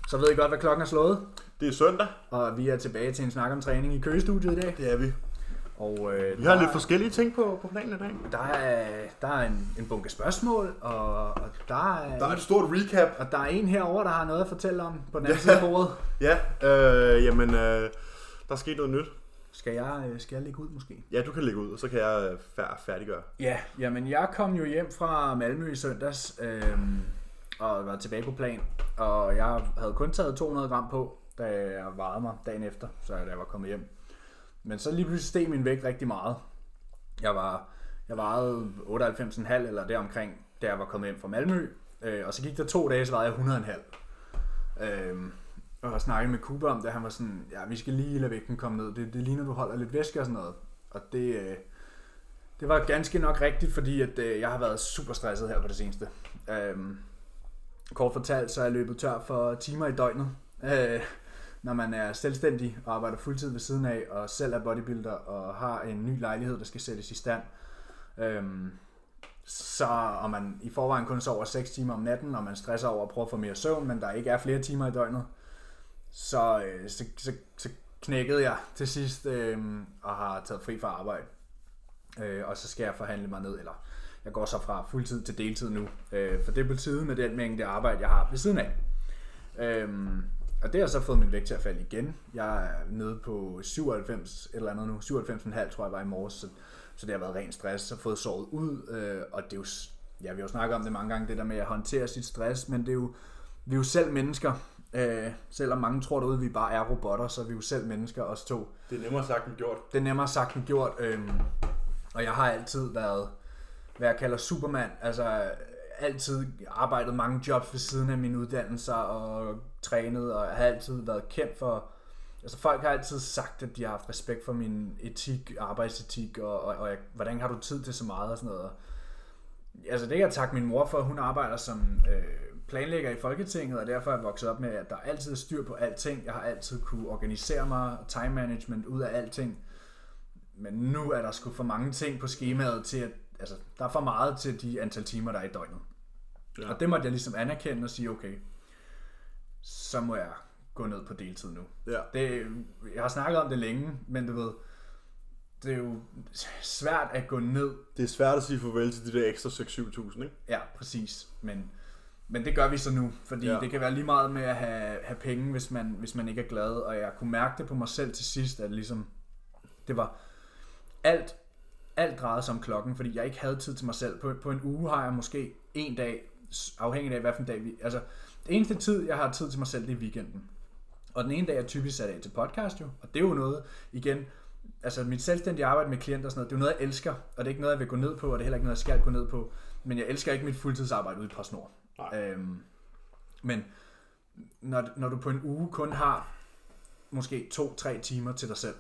Så ved I godt, hvad klokken er slået. Det er søndag. Og vi er tilbage til en snak om træning i Køgestudiet i dag. Det er vi. Og, vi har lidt forskellige ting på planen i dag. Der er en bunke spørgsmål, og der er et stort recap. Og der er en herover der har noget at fortælle om på den anden side af bordet. Ja, der er sket noget nyt. Skal jeg lægge ud måske? Ja, du kan lægge ud, og så kan jeg færdiggøre. Ja, jamen jeg kom jo hjem fra Malmø i søndags, og var tilbage på plan. Og jeg havde kun taget 200 gram på, da jeg vejede mig dagen efter, så da jeg var kommet hjem. Men så lige pludselig steg min vægt rigtig meget. Jeg vejede 98,5 eller deromkring, da jeg var kommet hjem fra Malmø. Og så gik der 2 dage, så vejede jeg 100,5. Og jeg snakkede med Cooper om det, han var sådan, ja, vi skal lige lade vægten komme ned. Det ligner, du holder lidt væske og sådan noget. Og det var ganske nok rigtigt, fordi at, jeg har været super stresset her på det seneste. Kort fortalt, så er jeg løbet tør for timer i døgnet. Når man er selvstændig og arbejder fuldtid ved siden af, og selv er bodybuilder og har en ny lejlighed, der skal sættes i stand. Og man i forvejen kun sover 6 timer om natten, og man stresser over at prøve at få mere søvn, men der ikke er flere timer i døgnet, så knækkede jeg til sidst og har taget fri fra arbejde. Og så skal jeg forhandle mig ned, eller jeg går så fra fuldtid til deltid nu, for det er på tide med den mængde arbejde, jeg har ved siden af. Og det har så fået min vægt til at falde igen. Jeg er nede på 97 eller andet nu, 97,5 tror jeg var i morges, så det har været ren stress, så fået sovet ud, og det er jo, ja, vi har jo snakket om det mange gange, det der med at håndtere sit stress, men det er jo, vi er jo selv mennesker, selvom mange tror derude, vi bare er robotter, så er vi jo selv mennesker, os to. Det er nemmere sagt end gjort. Det er nemmere sagt end gjort, og jeg har altid været, hvad jeg kalder Superman, altså altid arbejdet mange jobs ved siden af mine uddannelser og trænet, og jeg har altid været kendt for, altså folk har altid sagt, at de har haft respekt for min etik, arbejdsetik, og hvordan har du tid til så meget og sådan noget. Altså det kan jeg takke min mor for, hun arbejder som planlægger i Folketinget, og derfor er jeg vokset op med, at der altid er styr på alting. Jeg har altid kunne organisere mig, time management ud af alting, men nu er der sgu for mange ting på skemaet til at, altså der er for meget til de antal timer, der er i døgnet. Ja. Og det måtte jeg ligesom anerkende og sige, okay, så må jeg gå ned på deltid nu. Ja. Jeg har snakket om det længe, men du ved, det er jo svært at gå ned. Det er svært at sige farvel til de der ekstra 6-7.000, ikke? Ja, præcis. Men det gør vi så nu, fordi det kan være lige meget med at have penge, hvis man ikke er glad. Og jeg kunne mærke det på mig selv til sidst, at ligesom, det var alt drejede sig om klokken, fordi jeg ikke havde tid til mig selv. På en uge har jeg måske en dag, afhængig af hvad for en dag det eneste tid, jeg har tid til mig selv, det er weekenden. Og den ene dag er typisk sat af til podcast jo, og det er jo noget, igen, altså mit selvstændige arbejde med klienter og sådan noget, det er jo noget, jeg elsker, og det er ikke noget, jeg vil gå ned på, og det er heller ikke noget, jeg skal gå ned på, men jeg elsker ikke mit fuldtidsarbejde ude i PostNord. Men når du på en uge kun har måske 2-3 timer til dig selv,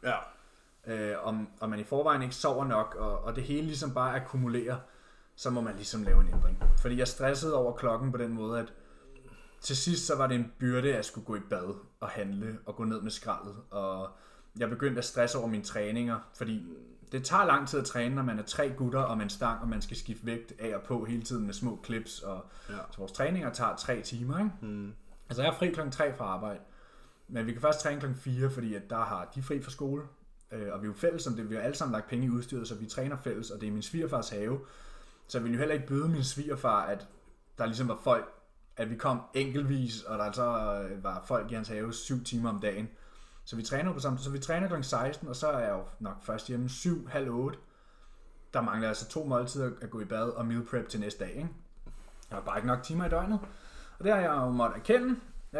og man i forvejen ikke sover nok, og det hele ligesom bare akkumulerer, så må man ligesom lave en ændring. Fordi jeg stressede over klokken på den måde, at til sidst så var det en byrde, at jeg skulle gå i bad og handle og gå ned med skraldet. Og jeg begyndte at stresse over mine træninger, fordi det tager lang tid at træne, når man er 3 gutter og med en stang, og man skal skifte vægt af og på hele tiden med små clips. Så vores træninger tager 3 timer, ikke? Altså jeg er fri klokken 3 fra arbejde, men vi kan først træne klokken 4, fordi at der har de fri fra skole. Og vi er jo fælles om det, vi har alle sammen lagt penge i udstyret, så vi træner fælles, og det er min svigerfars have. Så jeg ville jo heller ikke byde min svigerfar, at der ligesom var folk, at vi kom enkeltvis, og der så var folk i hans have 7 timer om dagen. Så vi træner på sammen, så vi træner kl. 16, og så er jeg jo nok først hjemme 7:30. Der mangler altså 2 måltider at gå i bad og meal prep til næste dag, ikke? Jeg har bare ikke nok timer i døgnet, og det har jeg jo måttet erkende.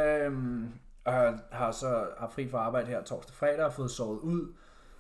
Og jeg har så haft fri fra arbejde her torsdag fredag og fået sovet ud.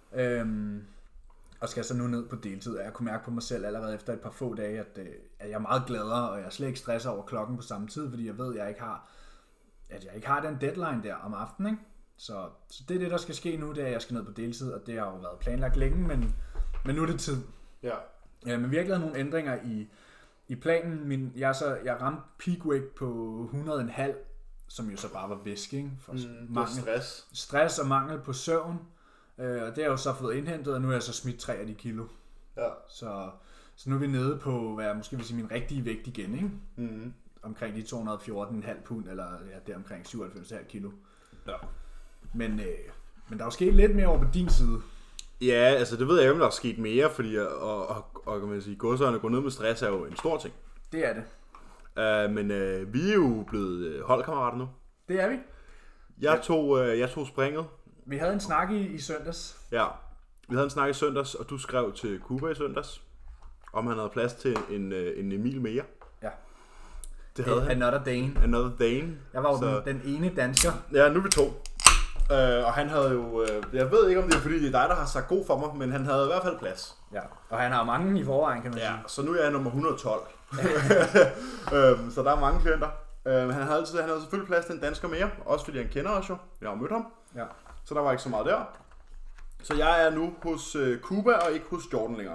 Og skal så nu ned på deltid, og jeg kunne mærke på mig selv allerede efter et par få dage, at jeg er meget gladere, og jeg er slet ikke stresset over klokken på samme tid, fordi jeg ved, at jeg ikke har den deadline der om aftenen, ikke? Så det er det, der skal ske nu, det er, at jeg skal ned på deltid, og det har jo været planlagt længe, men nu er det tid. Ja. Men vi har ikke lavet nogle ændringer i planen. Jeg ramte peak weight på 100,5, som jo så bare var væske, for stress og mangel på søvn. Og det har jeg jo så fået indhentet, og nu er jeg så smidt 3 af de kilo. Ja. Så nu er vi nede på, hvad jeg måske vil sige, min rigtige vægt igen, ikke? omkring de 214,5 pund, eller ja, der omkring 97,5 kilo. Ja. Men der er jo sket lidt mere over på din side. Ja, altså det ved jeg ikke, om der er sket mere, fordi og kan man sige, godsøjne gå ned med stress er jo en stor ting. Det er det. Men vi er jo blevet holdkammerater nu. Det er vi. Jeg tog springet. Vi havde en snak i søndags. Ja, vi havde en snak i søndags, og du skrev til Cuba i søndags, om han havde plads til en Emil mere. Ja. Det havde han. Another Dane. Jeg var jo den ene dansker. Ja, nu er vi to. Og han havde jo, jeg ved ikke om det er fordi det er dig, der har sagt god for mig, men han havde i hvert fald plads. Ja, og han har mange i forvejen, kan man sige. Ja, så nu er jeg nummer 112. Så der er mange klienter. Han havde selvfølgelig plads til en dansker mere, også fordi han kender os jo. Jeg har mødt ham. Ja. Så der var ikke så meget der. Så jeg er nu hos Cuba og ikke hos Jordan længere.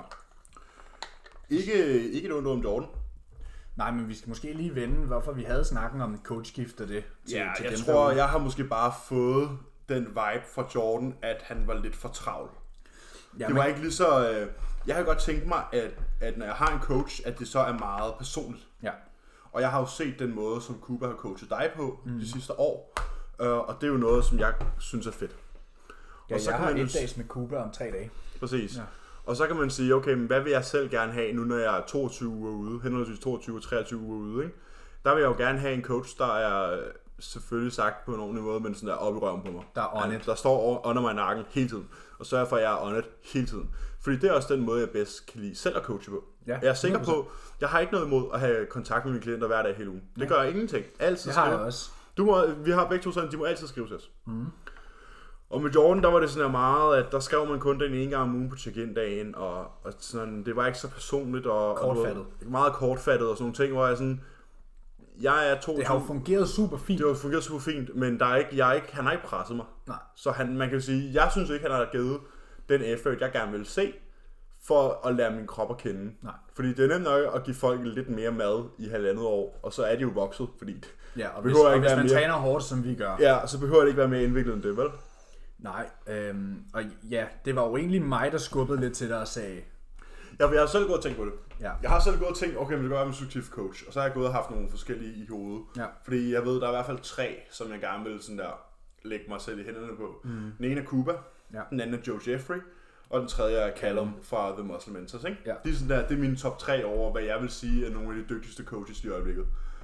Ikke et ondt om Jordan. Nej, men vi skal måske lige vende, hvorfor vi havde snakken om et coachskift og det. Til jeg tror, jeg har måske bare fået den vibe fra Jordan, at han var lidt for travl. Ja, det var ikke lige så... jeg har godt tænkt mig, at når jeg har en coach, at det så er meget personligt. Ja. Og jeg har jo set den måde, som Cuba har coachet dig på de sidste år. Og det er jo noget, som jeg synes er fedt. Ja, og så jeg kan har man et dags med Cuba om 3 dage. Præcis. Ja. Og så kan man sige, okay, men hvad vil jeg selv gerne have nu, når jeg er 22 uger ude, henholdsvis 22 og 23 uger ude, ikke? Der vil jeg jo gerne have en coach, der er selvfølgelig sagt på en ordentlig måde, men sådan der op i røven på mig. Der er on it. Der står under mig i nakken hele tiden, og sørger for, at jeg er on it hele tiden. Fordi det er også den måde, jeg bedst kan lide selv at coache på. Ja, jeg er sikker 100%. På, jeg har ikke noget imod at have kontakt med mine klienter hver dag hele ugen. Det gør jeg ingenting. Altid det har jeg også. Vi har begge to sådan, de må altid skrive til os. Og med Jordan, der var det sådan her meget, at der skrev man kun den ene gang om ugen på check-in-dagen, og sådan, det var ikke så personligt, og kortfattet. Og meget kortfattet og sådan nogle ting, hvor jeg sådan, jeg er 22. Det har jo fungeret super fint. Det har fungeret super fint, men han har ikke presset mig. Nej. Så man kan sige, jeg synes ikke, han har givet den effort, jeg gerne vil se, for at lære min krop at kende. Nej. Fordi det er nemt nok at give folk lidt mere mad i 1,5 år, og så er de jo vokset, fordi ja, og hvis man træner hårdt, som vi gør. Ja, så behøver det ikke være mere indviklet end det, vel? Nej, og ja, det var jo egentlig mig, der skubbede lidt til dig og sagde... Ja, for jeg har selv gået og tænkt på det. Ja. Jeg har selv gået og tænkt, okay, men det kan være med en subjektiv coach, og så har jeg gået og haft nogle forskellige i hovedet. Ja. Fordi jeg ved, der er i hvert fald 3, som jeg gerne vil sådan der lægge mig selv i hænderne på. Den ene er Cuba, den anden er Joe Jeffrey, og den tredje er Callum fra The Muscle Mentors, ikke? Ja. Det er sådan der, det er mine top 3 over, hvad jeg vil sige er nogle af de dygtigste coaches i øjeblikket.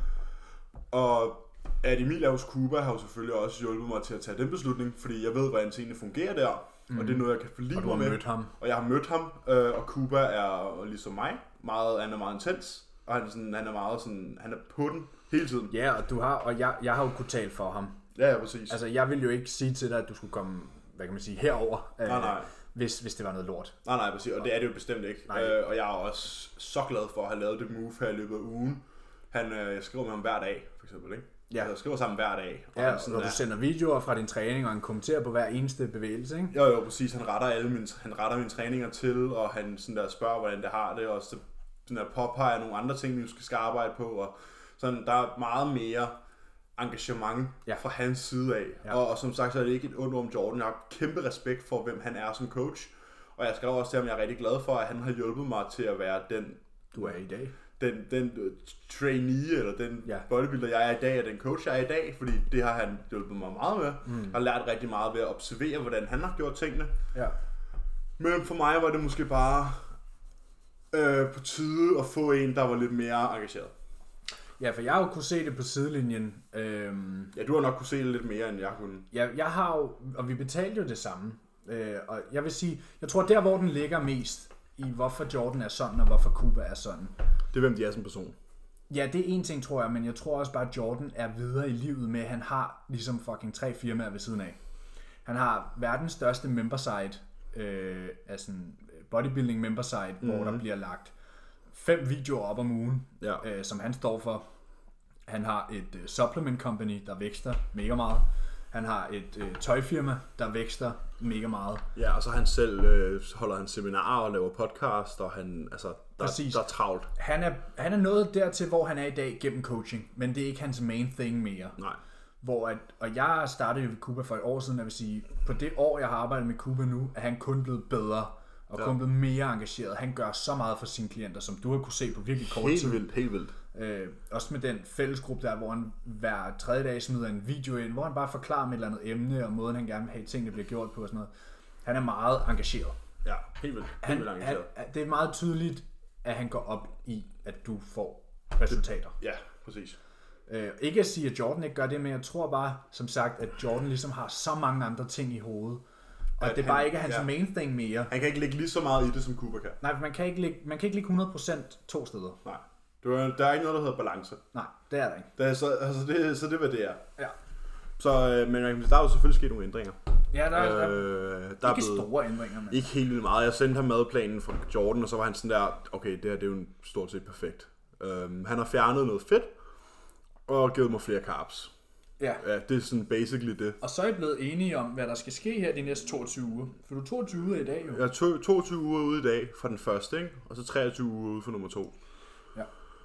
Og at Emil hos Cuba har jo selvfølgelig også hjulpet mig til at tage den beslutning, fordi jeg ved, hvordan tingene fungerer der, og det er noget, jeg kan forlige mig med. Og du har mødt ham. Og jeg har mødt ham, og Cuba er ligesom mig, han er meget intens, og han er meget sådan, han er på den hele tiden. Ja, og jeg har jo kunnet tale for ham. Ja, præcis. Altså, jeg vil jo ikke sige til dig, at du skulle komme, hvad kan man sige, herover. Nej. Hvis det var noget lort. Nej, præcis, og det er det jo bestemt ikke. Og jeg er også så glad for at have lavet det move her i løbet af ugen. Jeg skriver med ham hver dag, for eksempel, ikke? Ja. Jeg skriver sammen hver dag. Og ja, og du sender videoer fra din træning, og han kommenterer på hver eneste bevægelse, ikke? Jo, præcis. Han retter mine træninger til, og han sådan der spørger, hvordan det har det, og så sådan der påpeger nogle andre ting, vi skal arbejde på, og sådan, der er meget mere engagement fra hans side af. Ja. Og som sagt, så er det ikke et ondt om Jordan. Jeg har kæmpe respekt for, hvem han er som coach, og jeg skrev også til ham, jeg er rigtig glad for, at han har hjulpet mig til at være den, du er i dag. Den trainee, eller den bodybuilder, jeg er i dag, og den coach, jeg er i dag, fordi det har han hjulpet mig meget med. Jeg har lært rigtig meget ved at observere, hvordan han har gjort tingene. Ja. Men for mig var det måske bare på tide at få en, der var lidt mere engageret. Ja, for jeg har jo kunne se det på sidelinjen. Ja, du har nok kunne se det lidt mere, end jeg kunne. Ja, jeg har jo, og vi betalte jo det samme. Og jeg vil sige, jeg tror der, hvor den ligger mest, i hvorfor Jordan er sådan, og hvorfor Cuba er sådan. Det er, hvem de er som person. Ja, det er en ting, tror jeg, men jeg tror også bare, at Jordan er videre i livet med, at han har ligesom fucking 3 firmaer ved siden af. Han har verdens største membersite, altså bodybuilding membersite, hvor der bliver lagt 5 videoer op om ugen, som han står for. Han har et supplement company, der vækster mega meget. Han har et tøjfirma, der vækster mega meget. Ja, og så han selv holder han seminarer og laver podcast, og han, altså, der er travlt. Han er nået dertil, hvor han er i dag gennem coaching, men det er ikke hans main thing mere. Nej. Og jeg startede jo ved Cuba for et år siden, jeg vil sige, på det år, jeg har arbejdet med Cuba nu, er han kun blevet bedre, og kun blevet mere engageret. Han gør så meget for sine klienter, som du har kunne se på virkelig kort tid. Helt vildt. Også med den fællesgruppe der, hvor han hver tredje dag smider en video ind, hvor han bare forklarer med et eller andet emne, og måden han gerne vil have tingene bliver gjort på og sådan noget. Han er meget engageret. Ja, helt vildt engageret. Det er meget tydeligt, at han går op i, at du får resultater. Ja, præcis. Ikke at sige, at Jordan ikke gør det, men jeg tror bare, som sagt, at Jordan ligesom har så mange andre ting i hovedet, og at det bare ikke er hans main thing mere. Han kan ikke lægge lige så meget i det, som Cooper kan. Nej, man kan ikke lægge 100% to steder. Nej. Der er ikke noget, der hedder balance. Nej, det er der ikke. Så det er, hvad det er. Ja. Så, men der er jo selvfølgelig sket nogle ændringer. Ja, der er ikke store ændringer. Men. Ikke helt vildt meget. Jeg sendte ham madplanen fra Jordan, og så var han sådan der, okay, det her det er jo stort set perfekt. Han har fjernet noget fedt, og givet mig flere carbs. Ja. Det er sådan basically det. Og så er I blevet enige om, hvad der skal ske her de næste 22 uger. For du er 22 uger i dag jo. Jeg er 22 uger ude i dag fra den første, ikke? Og så 23 uger ude for nummer 2. Ja.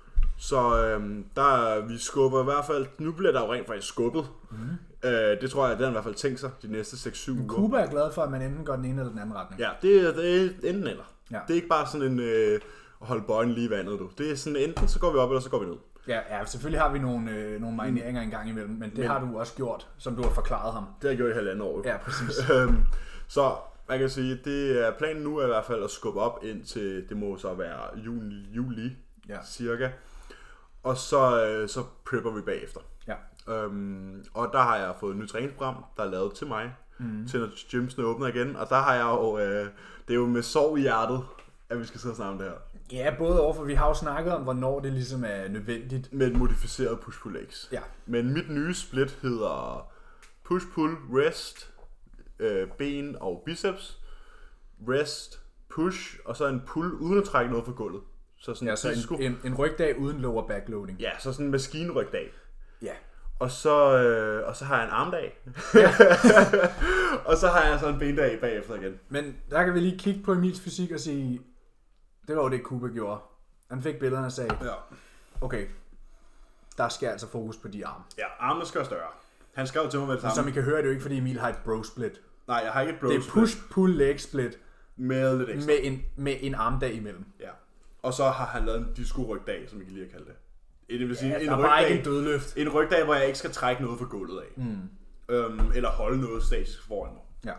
Så vi skubber i hvert fald, nu bliver der jo rent faktisk skubbet. Mm-hmm. Det tror jeg, det har i hvert fald tænkt sig de næste 6-7 uger. Cuba er glad for, at man enten går den ene eller den anden retning. Ja, det er enten eller. Ja. Det er ikke bare sådan en at holde bøjen lige i vandet, du. Det er sådan, enten så går vi op, eller så går vi ned. Ja, selvfølgelig har vi nogle marineringer en gang imellem, men det har du også gjort, som du har forklaret ham. Det har jeg gjort i 1,5 år. Ja, præcis. Så man kan sige, det er planen nu er i hvert fald at skubbe op ind til, det må så være juli cirka. Og så prepper vi bagefter. Ja. Og der har jeg fået et nyt træningsprogram, der er lavet til mig, til når gymsene åbner igen. Og der har jeg jo, det er jo med sorg i hjertet, at vi skal sidde og snakke om det her. Ja, både overfor, vi har jo snakket om, hvornår det ligesom er nødvendigt. Med et modificeret push-pull-legs. Ja. Men mit nye split hedder push-pull, rest, ben og biceps, rest, push, og så en pull uden at trække noget fra gulvet. Så sådan en rygdag uden lower backloading. Ja, så sådan en maskinrygdag. Ja. Og så har jeg en armdag. Ja. Og så har jeg så en bendag bagefter igen. Men der kan vi lige kigge på Emils fysik og sige, det var jo det Cooper gjorde. Han fik billederne og sagde, okay, der skal altså fokus på de arme. Ja, armene skal større. Han skrev til mig med det samme. Som I kan høre, det er jo ikke fordi Emil har et bro split. Nej, jeg har ikke et bro split. Det er push-pull-leg split. Med lidt ekstra. Med en armdag imellem. Ja. Og så har han lavet en disco-rygdag, som I kan lige at kalde det. Det vil sige, en rygdag, bare ikke en dødløft. En rygdag, hvor jeg ikke skal trække noget fra gulvet af. Eller holde noget statisk foran mig. Ja.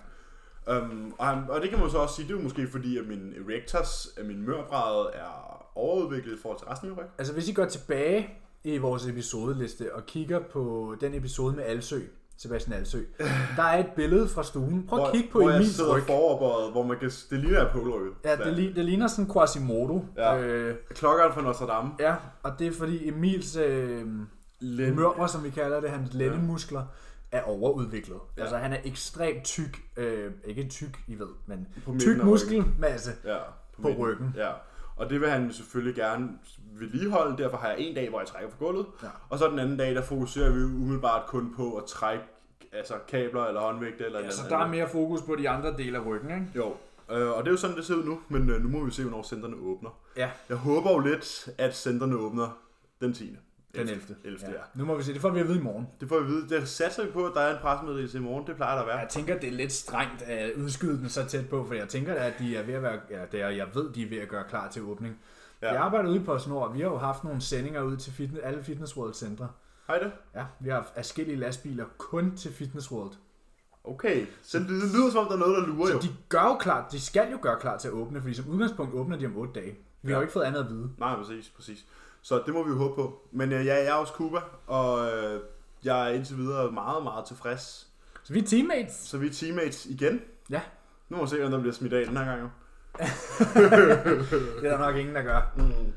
Og det kan man så også sige, det er jo måske fordi, at min erectors, min mørbræde er overudviklet i forhold til resten af min ryg. Altså hvis I går tilbage i vores episodeliste og kigger på den episode med Alsø, Sebastian Alsø, der er et billede fra stuen. Prøv at kigge på Emils ryg. Hvor jeg sidder foroverbøjet, hvor man kan, det ligner et polryg. Ja, det ligner sådan en Quasimodo. Ja. Klokkeren fra Notre Dame. Ja, og det er fordi Emils mørbre, som vi kalder det, hans lændemuskler, er overudviklet. Ja. Altså han er ekstremt tyk, ikke tyk, I ved, men tyk muskelmasse på ryggen. Ja. Og det vil han selvfølgelig gerne vedligeholde, derfor har jeg en dag, hvor jeg trækker fra gulvet, og så den anden dag, der fokuserer vi umiddelbart kun på at trække kabler eller håndvægte eller noget. Så der er mere fokus på de andre dele af ryggen, ikke? Jo, og det er jo sådan, det ser ud nu, men nu må vi se, hvornår centrene åbner. Ja. Jeg håber jo lidt, at centrene åbner den 10. Den 11. Ja. Nu må vi se, det får vi at vide i morgen. Det får vi at vide. Det satser vi på, at der er en pressemeddelelse i morgen. Det plejer der at være. Jeg tænker, det er lidt strengt at udskyde den så tæt på, for jeg tænker, at de er ved at være, jeg ved, de er ved at gøre klar til åbning. Ja. Jeg arbejder ude i PostNord, og vi har jo haft nogle sendinger ud til alle Fitness World centre. Hej det? Ja, vi har forskellige lastbiler kun til Fitness World. Okay, så det lyder som om, der er noget, der lurer jo. Så de gør jo klart, de skal jo gøre klar til at åbne, fordi som udgangspunkt åbner de om 8 dage. Vi har jo ikke fået andet at vide. Nej, præcis. Så det må vi jo håbe på. Men jeg er også Cuba, og jeg er indtil videre meget, meget tilfreds. Så vi er teammates igen. Ja. Nu må vi se, om der bliver smidt af den her gang jo. Det er der nok ingen, der gør.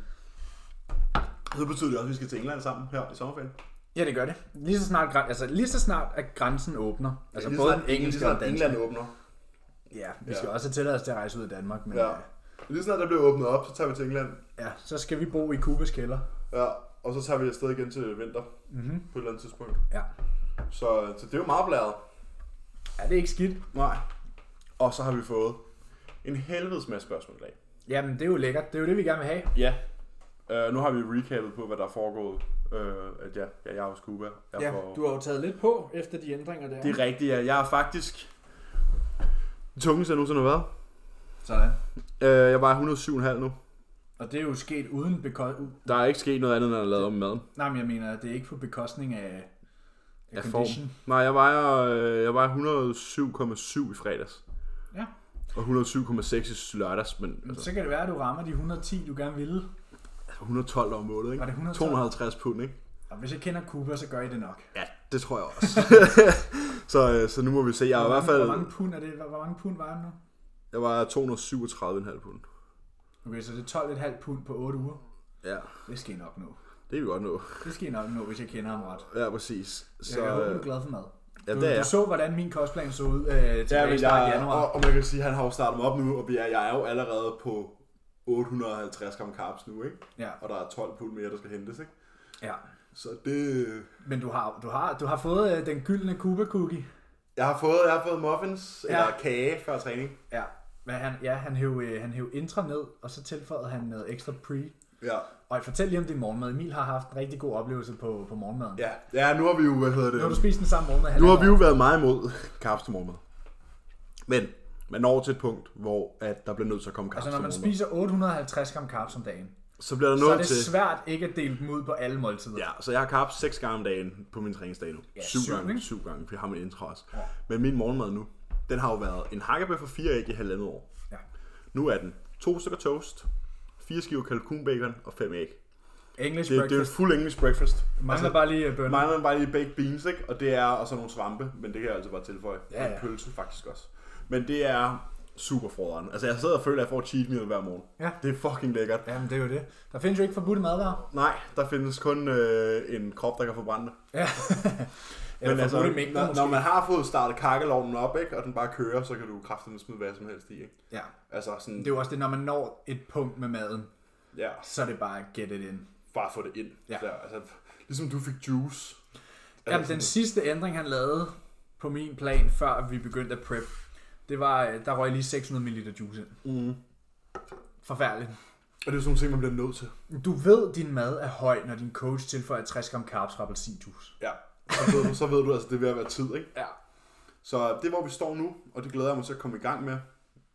Så betyder det også, at vi skal til England sammen her i sommerferien. Ja, det gør det. Lige så snart at grænsen åbner. Altså ja, både den engelske og danske. England åbner. Ja, vi skal også have tilladelse til at rejse ud af Danmark. Men lige snart der bliver åbnet op, så tager vi til England. Ja, så skal vi bo i Cubas kælder. Ja, og så tager vi afsted igen til vinter på et eller andet tidspunkt. Ja. Så det er jo meget blæret. Ja, det er ikke skidt. Nej. Og så har vi fået en helvedes masse spørgsmål i dag. Jamen, det er jo lækkert. Det er jo det, vi gerne vil have. Ja. Nu har vi recapet på, hvad der er foregået. At jeg er hos Cuba. Du har jo taget lidt på efter de ændringer der. Det er rigtigt, ja. Jeg er faktisk tungest jeg nogensinde har været. Sådan. Jeg var 107,5 nu. Og det er jo sket uden Der er ikke sket noget andet, end at lave om maden. Nej, men jeg mener, det er ikke på bekostning af condition. Nej, jeg vejer 107,7 i fredags. Ja. Og 107,6 i lørdags. Men, altså, så kan det være, at du rammer de 110, du gerne ville. 112 over målet, ikke? Var det 112? 250 pund, ikke? Og hvis jeg kender Cooper, så gør I det nok. Ja, det tror jeg også. så nu må vi se. Jeg i hvert fald... Hvor mange pund er det? Hvor mange pund var det nu? Jeg var 237,5 pund. Okay, så det er 12,5 pund på 8 uger? Ja. Det skal I nok nå. Det er vi godt nå. Det skal I nok nå, hvis jeg kender ham ret. Ja, præcis. Så, jeg håber, du er glad for mad. Ja, det er du så, hvordan min kostplan så ud tilbage i start i januar. Og man kan sige, at han har jo startet mig op nu, og jeg er jo allerede på 850 gram carbs nu, ikke? Ja. Og der er 12 pund mere, der skal hentes, ikke? Ja. Så det... Men du har fået den gyldne Cooper cookie. Jeg har fået muffins, eller kage før træning. Ja. Men han hæv intra ned, og så tilføjede han noget ekstra pre. Ja. Og fortæl lige om din morgenmad. Emil har haft en rigtig god oplevelse på morgenmaden. Ja, nu har vi jo, Nu har du spist den samme morgenmad. Nu har vi jo været meget imod carbs til morgenmad. Men man når til et punkt, hvor at der bliver nødt til at komme carbs til morgenmad. Altså når man spiser 850 gram carbs om dagen, så bliver der så er det svært ikke at dele dem ud på alle måltider. Ja, så jeg har carbs 6 gange om dagen på min træningsdag nu. Ja, 7 gange, for jeg har min intro også. Ja. Men min morgenmad nu, den har jo været en hakkebøf og 4 æg i 1,5 år. Ja. Nu er den 2 stykker toast, 4 skiver kalkunbacon og 5 æg. English breakfast. Det er fuld English breakfast. Mangler bare lige bønner. Mangler bare lige baked beans, ikke? Og det er og så nogle svampe, men det kan jeg altså bare tilføje. Ja. Og en pølse faktisk også. Men det er super froderen. Altså jeg sidder og føler, at jeg får cheat meal hver morgen. Ja. Det er fucking lækkert. Jamen det er jo det. Der findes jo ikke forbudte madvarer. Nej, der findes kun en krop, der kan forbrænde det. Ja. Men altså, når man har fået startet kakkelovnen op, ikke, og den bare kører, så kan du kraftedeme smide hvad som helst i. Ikke? Ja. Altså sådan, det er jo også det, når man når et punkt med maden, ja, så er det bare get it in. Bare få det ind. Ja. Der, altså, ligesom du fik juice. Jamen den sidste ændring, han lavede på min plan, før vi begyndte at prep, det var, der røg lige 600 ml juice ind. Forfærdeligt. Og det er sådan nogle ting, man bliver nødt til. Du ved, at din mad er høj, når din coach tilføjer 60 gram carbs fra appelsinjuice. Ja, så ved du altså, det er ved at være tid, ikke? Ja. Så det er, hvor vi står nu, og det glæder jeg mig til at komme i gang med.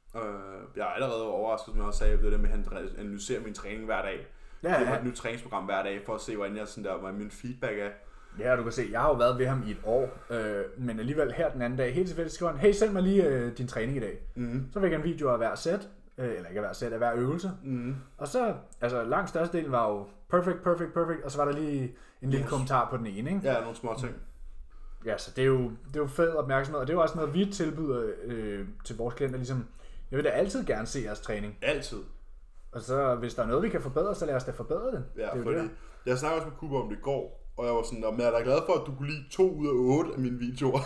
Jeg er allerede overrasket, som jeg også sagde, det der med, at han analyserer min træning hver dag. Ja. Det er et nyt træningsprogram hver dag, for at se, hvordan jeg sådan der, hvad min feedback er. Ja, du kan se, jeg har jo været ved ham i et år, men alligevel her den anden dag, helt tilfældigt skriver han, hey, send mig lige din træning i dag. Så fik han en video af hver sæt, eller ikke af hver sæt, af hver øvelse. Og så, altså langt størstedelen var jo perfect, og så var der lige en lille kommentar på den ene, ikke? Ja, nogle små ting. Ja, så det er jo fed opmærksomhed, og det er jo også noget, vi tilbyder til vores klienter, ligesom, jeg vil da altid gerne se jeres træning. Altid. Og så, hvis der er noget, vi kan forbedre, så lad os da forbedre det. Ja, det er fordi jeg snakkede også med Cooper om det i går, og jeg var sådan, men jeg er da glad for, at du kunne lide 2 ud af 8 af mine videoer.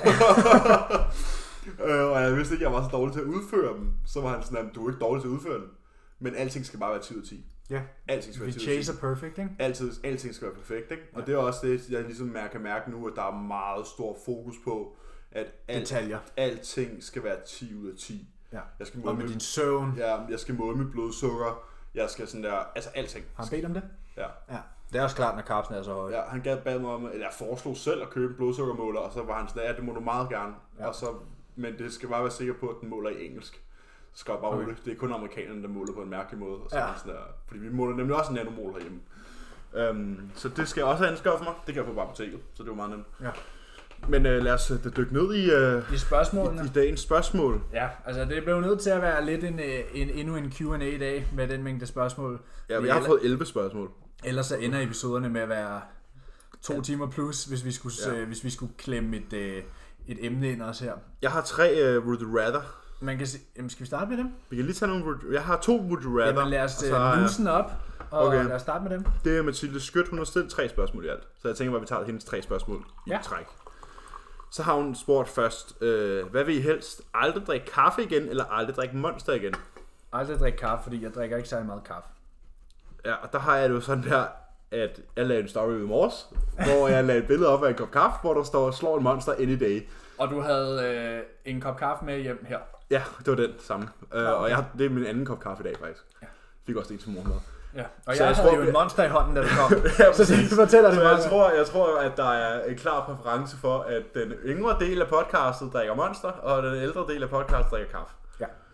Og jeg vidste ikke, at jeg var så dårlig til at udføre dem. Så var han sådan, at du er ikke dårlig til at udføre dem. Men alting skal bare være 10 ud af 10. Ja, alting skal være 10 ud af 10. Vi chaser perfect, ikke? Alting skal være perfekt, ikke? Og det er også det, jeg ligesom kan mærke nu, at der er meget stor fokus på, at alting skal være 10 ud af 10. Ja. Jeg skal måle med din søvn. Ja, jeg skal måle mit blodsukker. Jeg skal sådan der, altså alting. Har han bedt om det? Ja. Det er også klart, når carbsen er så høj. Ja, han bad mig om, eller jeg foreslog selv at købe en blodsukkermåler, og så var han sådan, ja, det må du meget gerne. Ja. Og så, men det skal bare være sikker på, at den måler i engelsk. Så skal jeg bare okay. Det er kun amerikanerne, der måler på en mærkelig måde. Og så sådan der, fordi vi måler nemlig også en nanomol herhjemme. Så det skal jeg også have anskaffe mig. Det kan jeg få på apoteket, så det er jo meget nemt. Ja. Men lad os dykke ned i spørgsmålene. I dagens spørgsmål. Ja, altså det blev nødt til at være lidt endnu en Q&A i dag med den mængde spørgsmål. Ja, vi har fået 11 spørgsmål. Ellers så ender episoderne med at være 2 timer plus, hvis vi skulle klemme et emne ind også her. Jeg har 3 Would You Rather. Man kan skal vi starte med dem? Vi kan lige tage nogle jeg har 2 Would You Rather. Jamen lad os loosen op, og lad os starte med dem. Det er Mathilde Skødt, hun har stillet 3 spørgsmål i alt. Så jeg tænker, at vi tager hendes 3 spørgsmål i træk. Så har hun spurgt først, hvad vil I helst? Aldrig drikke kaffe igen, eller aldrig drikke Monster igen? Aldrig drikke kaffe, fordi jeg drikker ikke særlig meget kaffe. Ja, og der har jeg det jo sådan der, at jeg lavede en story i morges, hvor jeg lagde et billede op af en kop kaffe, hvor der står, slår en Monster any day. Og du havde en kop kaffe med hjem her? Ja, det var den samme. Og det er min anden kop kaffe i dag faktisk. Ja. Fik også en til morgenmad. Ja, og så jeg havde jo en Monster i hånden, da du kom. Så det fortæller det meget. Jeg tror, at der er en klar præference for, at den yngre del af podcastet drikker Monster, og den ældre del af podcastet drikker kaffe. Ja.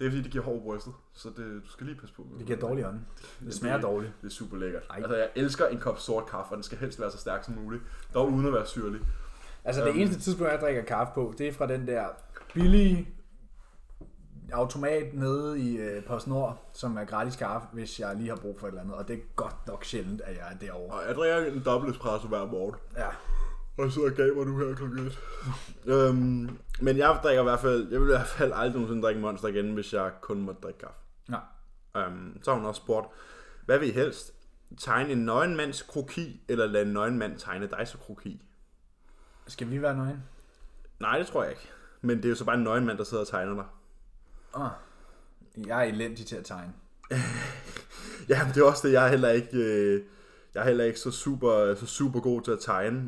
Det er fordi, det giver hår brystet, så du skal lige passe på. Det giver dårlig ånd. Det smager dårligt. Det er super lækkert. Altså, jeg elsker en kop sort kaffe, og den skal helst være så stærk som muligt. Dog uden at være syrlig. Altså, det eneste tidspunkt, jeg drikker kaffe på, det er fra den der billige automat nede i PostNord, som er gratis kaffe, hvis jeg lige har brug for et eller andet. Og det er godt nok sjældent, at jeg er derovre. Og jeg drikker en dobbelt espresso hver morgen. Ja. Og så gav mig nu her klokken 1. Men jeg drikker i hvert fald, jeg vil i hvert fald aldrig nogensinde drikke Monster igen, hvis jeg kun må drikke kaffe. Ja. Så har hun også spurgt, hvad vil I helst? Tegne en nøgen mands kroki, eller lade en nøgen mand tegne dig så kroki? Skal vi være nøgen? Nej, det tror jeg ikke. Men det er jo så bare en nøgen mand, der sidder og tegner dig. Jeg er elendig til at tegne. Ja, det er også det, jeg er heller ikke så super god til at tegne.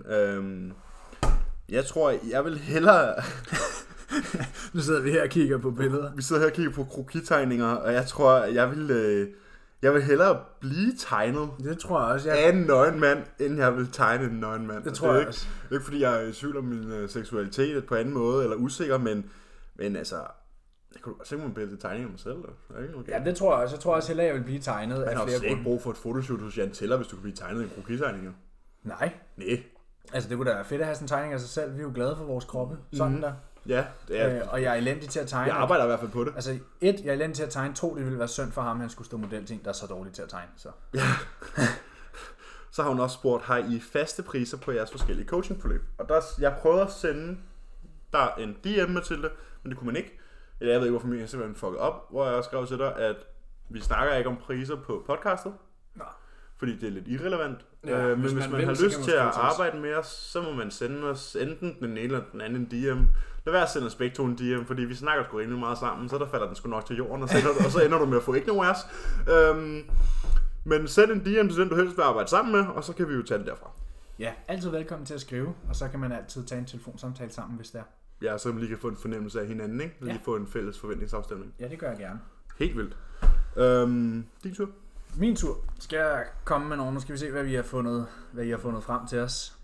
Jeg tror, jeg vil hellere... Nu sidder vi her og kigger på billeder. Vi sidder her og kigger på krokitegninger, og jeg tror, jeg vil hellere blive tegnet. Det tror jeg også. Af en nøgen mand, end jeg vil tegne en nøgen mand. Det tror jeg også. Det er ikke fordi, jeg er i tvivl om min seksualitet på anden måde, eller usikker, men altså... Jeg kunne godt tænke mig en billede tegning af mig selv. Okay. Ja, det tror jeg også. Jeg tror også hellere, jeg vil blive tegnet af flere grunde. Man har ikke brug for et fotoshoot hos Jan Teller, hvis du kan blive tegnet af en krokitegning. Nej. Nej. Altså, det kunne da være fedt at have sådan en tegning af sig selv. Vi er jo glade for vores kroppe. Sådan der. Ja, det er. Og jeg er elendig til at tegne. Jeg arbejder i hvert fald på det. Altså, 1, jeg er elendig til at tegne. 2, det ville være synd for ham, at han skulle stå model til en, der er så dårlig til at tegne. Så. Ja. Så har hun også spurgt, har I faste priser på jeres forskellige coachingforløb? Og jeg prøvede at sende der en DM med til det, men det kunne man ikke. Jeg ved ikke, hvorfor min Instagram fuckede op, hvor jeg skrev til dig, at vi snakker ikke om priser på podcastet. Nej. Fordi det er lidt irrelevant. Ja, men hvis man har lyst til at arbejde med os, så må man sende os enten den ene eller den anden DM. Lad være at sende os begge to en DM, fordi vi snakker sgu rimelig meget sammen, så der falder den sgu nok til jorden, og så ender du med at få ikke nogen af os. Men send en DM til den, du helst vil arbejde sammen med, og så kan vi jo tage det derfra. Ja, altid velkommen til at skrive, og så kan man altid tage en telefonsamtale sammen, hvis det er. Ja, så man lige kan få en fornemmelse af hinanden, ikke? Så lige få en fælles forventningsafstemning. Ja, det gør jeg gerne. Helt vildt. Din tur? Min tur. Skal jeg komme med nogen? Nu skal vi se, hvad I har fundet frem til os.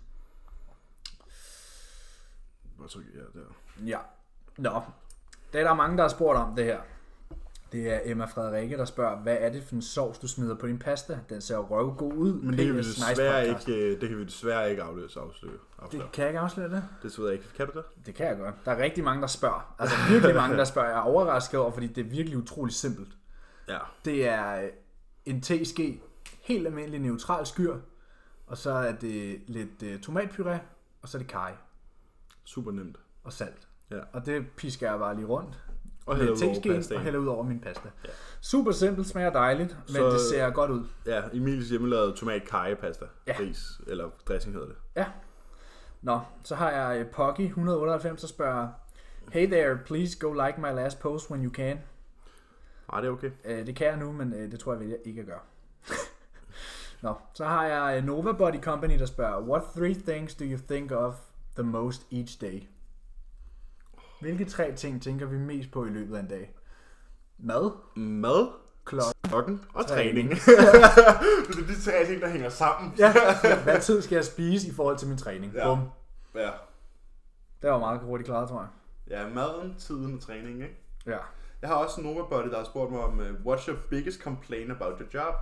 Hvor trykker jeg der? Ja. Nå. Der er mange, der har spurgt om det her. Det er Emma Frederikke, der spørger, hvad er det for en sovs, du smider på din pasta? Den ser røvgod ud. Men det kan vi desværre ikke afsløre. Det kan jeg ikke afsløre det? Det ved jeg ikke. Kan du det? Det kan jeg godt. Der er rigtig mange, der spørger. Altså virkelig mange, der spørger. Jeg er overrasket over, fordi det er virkelig utroligt simpelt. Ja. Det er en teske, helt almindelig neutral skyr, og så er det lidt tomatpuré, og så er det karry. Super nemt. Og salt. Ja. Og det pisker jeg bare lige rundt. Og hælder ud over min pasta. Ja. Super simpelt, smager dejligt, men det ser godt ud. Ja, Emilies hjemmelavede tomat karry pasta. Ja. Ris, eller dressing hedder det. Ja. Nå, så har jeg Pocky 198, der spørger, hey there, please go like my last post when you can. Nej, det er okay. Det kan jeg nu, men det tror jeg vælger ikke at gøre. Nå, så har jeg Nova Body Company, der spørger, what 3 things do you think of the most each day? Hvilke 3 ting tænker vi mest på i løbet af en dag? Mad, klokken og træning. Det er de 3 ting, der hænger sammen. Ja, hvad tid skal jeg spise i forhold til min træning? Ja. Bum. Ja. Det var meget hurtigt klaret, tror jeg. Ja, maden, tiden og træning, ikke? Ja. Jeg har også Nova Body, der har spurgt mig om, what's your biggest complaint about your job?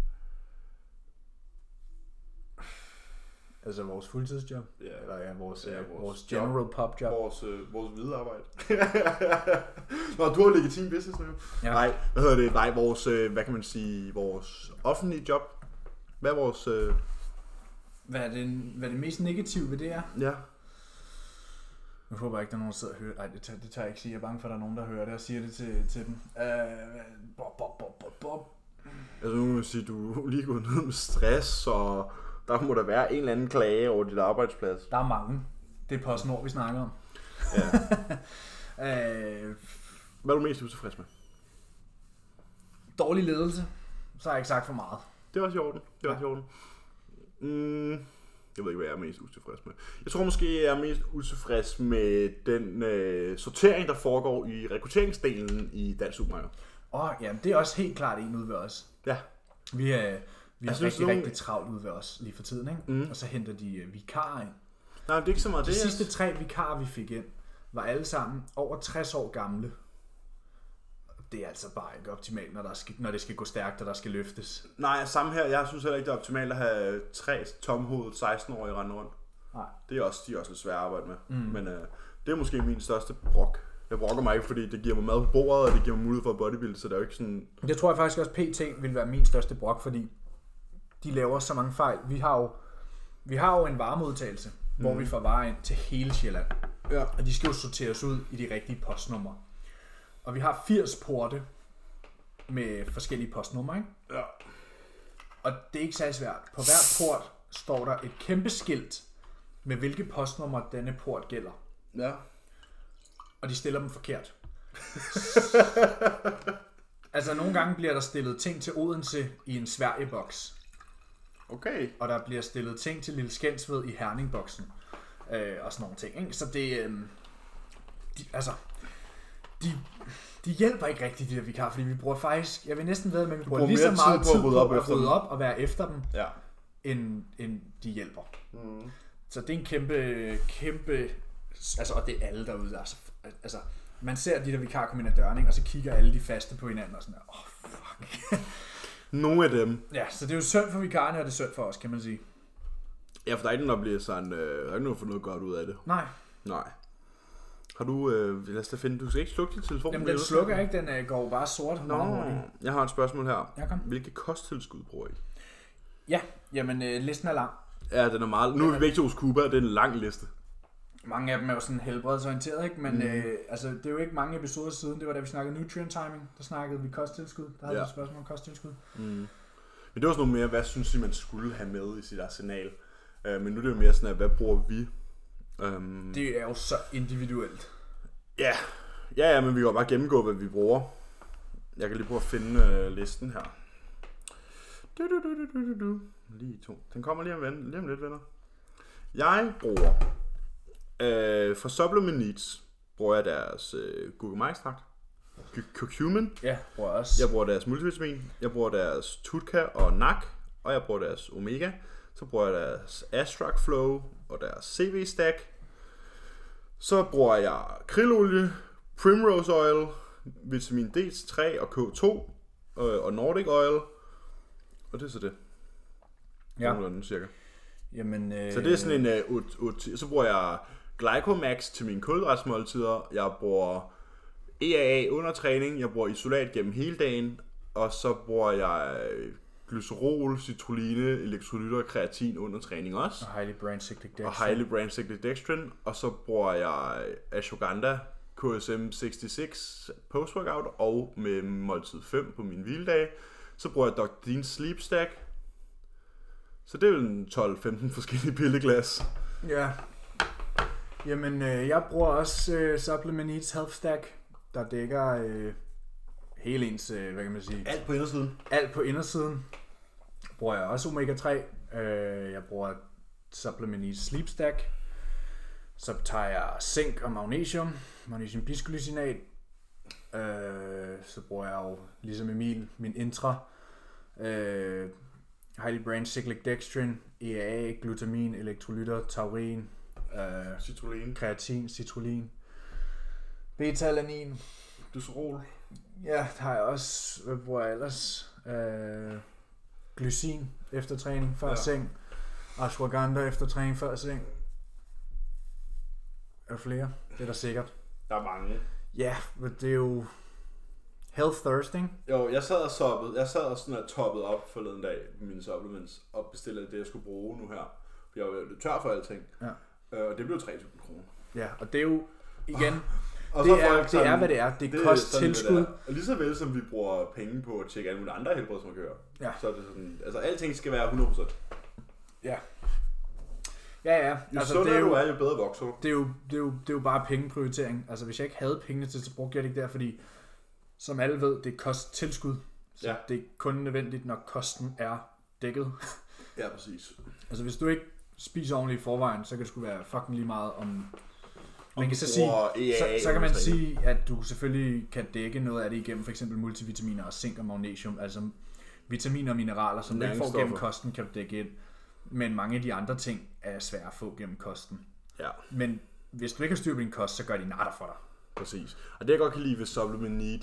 Altså vores fuldtidsjob? Ja. Eller ja, vores general pop job? Vores hvide arbejde. Nå, du har legitim business nu. Ja. Nej, hvad hedder det? Nej, vores, hvad kan man sige, vores offentlige job. Hvad er vores... Hvad er det mest negative ved det her? Ja. Jeg håber ikke, der er nogen, der sidder og hører. Nej, det tager jeg ikke sige. Jeg er bange for, at der er nogen, der hører det og siger det til dem. Altså nu kan man sige, du er lige gået ned med stress, og der må der være en eller anden klage over dit arbejdsplads. Der er mange. Det er PostNord, vi snakker om. Ja. Hvad er du mest utilfreds med? Dårlig ledelse. Så har jeg ikke sagt for meget. Det er også i orden. Jeg ved ikke, hvad jeg er mest utilfreds med. Jeg tror måske, jeg er mest utilfreds med den sortering, der foregår i rekrutteringsdelen i Dansk Supermarked. Ja, det er også helt klart en ud ved os. Ja. Vi har rigtig travlt ud ved os lige for tiden, ikke? Mm. Og så henter de vikarer ind. Nej, det er ikke så meget de sidste 3 vikarer, vi fik ind, var alle sammen over 60 år gamle. det er altså bare ikke optimalt, når det skal gå stærkt, og der skal løftes. Nej, samme her. Jeg synes heller ikke, det er optimalt at have 3 tomhovedet 16-årige rende rundt. Nej. De er også lidt svære at arbejde med. Men det er måske min største brok. Jeg brokker mig ikke, fordi det giver mig mad på bordet, og det giver mig mulighed for at bodybuild, så det er jo ikke sådan... Det tror jeg faktisk også, PT vil være min største brok, fordi de laver så mange fejl. Vi har jo en varemodtagelse, hvor vi får varer ind til hele Sjælland. Ja. Og de skal jo sorteres ud i de rigtige postnumre. Og vi har 80 porte med forskellige postnumre, ikke? Ja. Og det er ikke særlig svært. På hver port står der et kæmpe skilt med hvilke postnummer denne port gælder. Ja. Og de stiller dem forkert. Altså nogle gange bliver der stillet ting til Odense i en Sverige-boks. Okay. Og der bliver stillet ting til Lille Skensved i Herning-boksen. Og sådan nogle ting, ikke? Så det... De hjælper ikke rigtig, de der vikarer, fordi vi bruger faktisk... Jeg vil næsten ved, at vi bruger lige så meget tid på at rydde op og være efter dem, end de hjælper. Mm. Så det er en kæmpe... Altså, og det er alle derude. Altså, man ser de der vikarer komme ind ad døren, ikke? Og så kigger alle de faste på hinanden og sådan der. Fuck. Nogle af dem. Ja, så det er jo synd for vikarerne, og det er synd for os, kan man sige. Ja, for der er ikke noget, der bliver sådan... der er ikke noget at få noget godt ud af det. Nej. Har du... lad os da finde... Du skal ikke slukke din telefon. Jamen, den slukker ikke. Den går bare sort. Nå, jeg har et spørgsmål her. Ja, hvilke kosttilskud bruger I? Ja, jamen, listen er lang. Ja, den er meget... Nu er vi begge to hos Cuba, og det er en lang liste. Mange af dem er jo sådan helbredsorienteret, ikke? Men altså, det er jo ikke mange episoder siden. Det var da vi snakkede nutrient timing. Der snakkede vi kosttilskud. Der havde vi et spørgsmål om kosttilskud. Men det var sådan noget mere, hvad synes I, man skulle have med i sit arsenal? Men nu er det jo mere sådan, at hvad bruger vi? Det er jo så individuelt. Ja, men vi kan bare gennemgå, hvad vi bruger. Jeg kan lige prøve at finde listen her. Lige to. Den kommer lige om lidt, venner. Jeg bruger for supplement needs bruger jeg deres gurkemeje-ekstrakt, curcumin. Ja, bruger også. Jeg bruger deres multivitamin. Jeg bruger deres Tutka og NAC, og jeg bruger deres Omega. Så bruger jeg deres Astrac Flow og deres CV Stack. Så bruger jeg krillenolie, Primrose Oil, vitamin D3 og K2 og Nordic Oil. Og det er så det. Ja. Cirka. Jamen, så det er sådan en så bruger jeg Glycomax til mine kulhydratmåltider. Jeg bruger EAA under træning. Jeg bruger isolat gennem hele dagen. Og så bruger jeg glycerol, citrulline, elektrolytter og kreatin under træning også. Og highly brain cyclic dextrin. Og så bruger jeg ashwagandha KSM 66 post-workout og med måltid 5 på mine hviledage. Så bruger jeg Dr. Dean Sleep Stack. Så det er jo 12-15 forskellige pilleglas. Ja. Jamen, jeg bruger også Supplement Needs Health Stack, der dækker hele ens, hvad kan man sige? Alt på indersiden. Alt på indersiden. Bruger jeg også Omega 3. Jeg bruger Supplement Needs Sleep Stack. Så tager jeg zink og magnesium bisglycinat. Så bruger jeg jo, ligesom Emil, min intra. Highly brain cyclic dextrin, EAA, glutamin, elektrolytter, taurin, kreatin, citrulline, beta-alanin, glycerol. Ja, der har jeg også, hvad bruger jeg ellers? Glycin efter træning før seng, ashwagandha efter træning før seng. Er der flere? Det er der sikkert. Der er mange. Ja, men det er jo health thirsting. Jo, jeg sad og sådan og toppet op forleden dag med mine supplements og bestilte det, jeg skulle bruge nu her. For jeg var jo lidt tør for alting. Ja. Og det blev 3.000 kroner. Ja, og det er jo igen... Og det er, hvad det er. Det er kosttilskud. Og lige så vel som vi bruger penge på at tjekke alle mulige andre helbredsmarkører. Ja. Så er det sådan... Altså, alting skal være 100%. Ja. Ja. Jo altså, sundere du er, jo bedre vokser du. Det er jo bare pengeprioritering. Altså, hvis jeg ikke havde pengene til, så brugte jeg det ikke der, fordi... Som alle ved, det er kosttilskud. Så det er kun nødvendigt, når kosten er dækket. Ja, præcis. Altså, hvis du ikke spiser ordentligt i forvejen, så kan det sgu være fucking lige meget om... Man kan så kan man sige, at du selvfølgelig kan dække noget af det igennem for eksempel multivitaminer og zink og magnesium, altså vitaminer og mineraler, som du ikke får gennem kosten, kan du dække ind. Men mange af de andre ting er svære at få gennem kosten. Ja. Men hvis du ikke har styr på din kost, så gør de natter for dig. Præcis. Og det jeg godt kan lide ved Supplement Needs,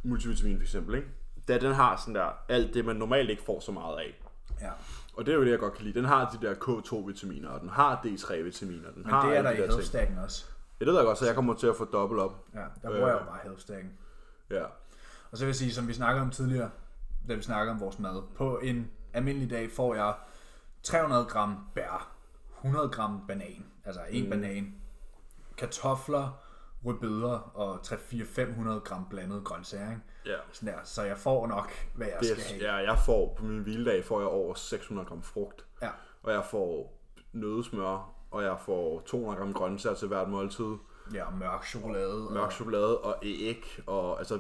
multivitamin for eksempel, ikke? Da den har sådan der, alt det man normalt ikke får så meget af. Ja. Og det er jo det, jeg godt kan lide. Den har de der K2-vitaminer, og den har D3-vitaminer. Men det er der i health-stacken også. Ja, det ved jeg godt, så jeg kommer til at få dobbelt op. Ja, der bruger jeg jo bare health-stacken. Ja. Og så vil jeg sige, som vi snakkede om tidligere, da vi snakkede om vores mad. På en almindelig dag får jeg 300 gram bær, 100 gram banan, altså en banan, kartofler, rødbeder og 300-500 gram blandet grøntsager. Ja. Sådan der. Så jeg får nok, hvad jeg skal have. Ja, jeg får på min hviledag får jeg over 600 gram frugt. Ja. Og jeg får nøddesmør, og jeg får 200 gram grøntsager til hvert måltid. Ja, mørk chokolade. Mørk chokolade og æg, og altså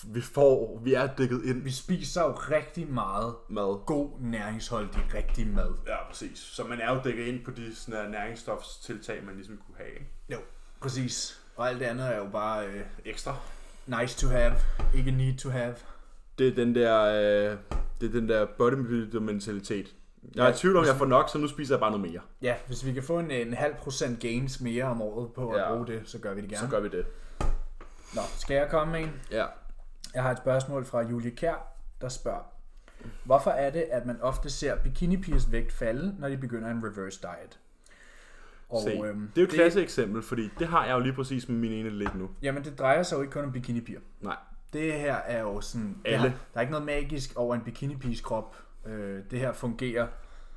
vi er dækket ind. Vi spiser jo rigtig meget mad. God næringsholdig rigtig mad. Ja, præcis. Så man er jo dækket ind på de sådan næringsstofstiltag, man ligesom kunne have, ikke? Jo, præcis. Og alt det andet er jo bare ekstra. Nice to have, ikke need to have. Det er den der bodybuilder mentalitet. Jeg er i tvivl om, jeg får nok, så nu spiser jeg bare noget mere. Ja, hvis vi kan få en halv procent gains mere om året på at bruge det, så gør vi det gerne. Så gør vi det. Nå, skal jeg komme med en? Ja. Jeg har et spørgsmål fra Julie Kjær, der spørger. Hvorfor er det, at man ofte ser bikini-pigers vægt falde, når de begynder en reverse diet? Og, det er jo et klasse eksempel, fordi det har jeg jo lige præcis med min ene lidt nu. Jamen, det drejer sig jo ikke kun om bikini-piger. Nej. Det her er jo sådan... Der er ikke noget magisk over en bikini-piges krop. Det her fungerer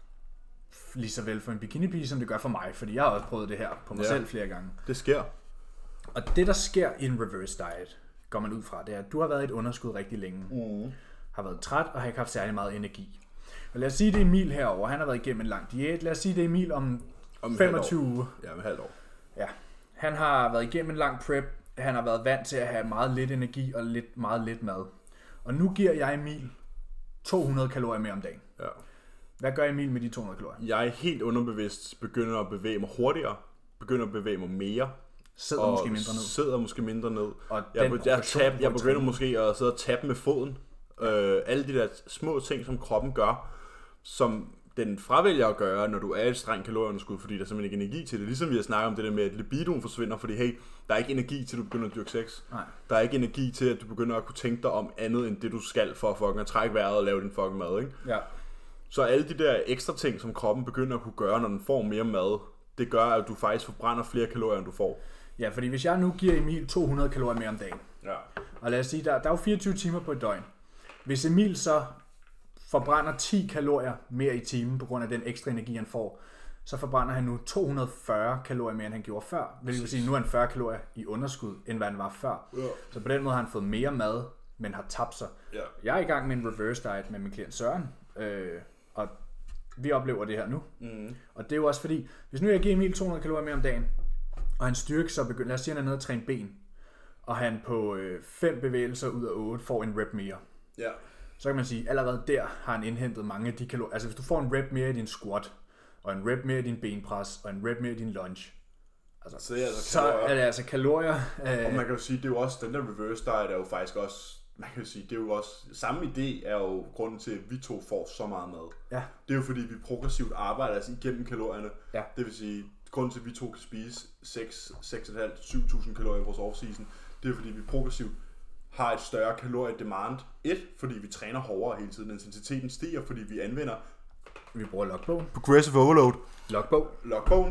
lige så vel for en bikini-pige, som det gør for mig, fordi jeg har også prøvet det her på mig selv flere gange. Det sker. Og det, der sker i en reverse diet, går man ud fra, det er, at du har været i et underskud rigtig længe. Har været træt og har ikke haft særlig meget energi. Og lad os sige, det er Emil herovre. Han har været igennem en lang diæt. Lad os sige, det er Emil om 25 uger. Ja, om halvt år. Ja. Han har været igennem en lang prep. Han har været vant til at have meget lidt energi og meget lidt mad. Og nu giver jeg Emil 200 kalorier mere om dagen. Ja. Hvad gør Emil med de 200 kalorier? Jeg er helt underbevidst begynder at bevæge mig hurtigere. Begynder at bevæge mig mere. Sidder måske mindre ned. Og jeg begynder måske at sidde og tabe med foden. Alle de der små ting, som kroppen gør, som den fravælger at gøre, når du er et strengt kalorieunderskud, fordi der simpelthen ikke er energi til det. Ligesom vi har snakket om det der med, at libidoen forsvinder, fordi hey, der er ikke energi til, at du begynder at dyrke sex. Nej. Der er ikke energi til, at du begynder at kunne tænke dig om andet, end det du skal for at fucking at trække vejret og lave din fucking mad, ikke? Ja. Så alle de der ekstra ting, som kroppen begynder at kunne gøre, når den får mere mad, det gør, at du faktisk forbrænder flere kalorier, end du får. Ja, fordi hvis jeg nu giver Emil 200 kalorier mere om dagen, og lad os sige, der er jo 24 timer på et døgn. Hvis Emil så forbrænder 10 kalorier mere i timen på grund af den ekstra energi, han får, så forbrænder han nu 240 kalorier mere, end han gjorde før. Det vil sige, nu er han 40 kalorier i underskud, end hvad han var før. Ja. Så på den måde har han fået mere mad, men har tabt sig. Ja. Jeg er i gang med en reverse diet med min klient Søren, og vi oplever det her nu. Og det er jo også fordi, hvis nu jeg giver Emil 200 kalorier mere om dagen, og han styrke så begynder, lad os sige, han er nede at træne ben, og han på 5 bevægelser ud af 8 får en rep mere. Ja. Så kan man sige, allerede der har han indhentet mange af de kalorier. Altså hvis du får en rep mere i din squat, og en rep mere i din benpres, og en rep mere i din lunge, altså, så er det altså kalorier. Og man kan jo sige, det er jo også, den der reverse diet er jo faktisk også, man kan jo sige, det er jo også, samme idé er jo grunden til, at vi to får så meget mad. Ja. Det er jo fordi, vi progressivt arbejder altså igennem kalorierne. Ja. Det vil sige, grunden til, at vi to kan spise 6.500-7.000 kalorier i vores off-season, det er fordi, vi progressivt har et større kaloriedemand. Fordi vi træner hårdere hele tiden. Intensiteten stiger, fordi vi anvender... Vi bruger logbogen. Progressive overload. Logbogen.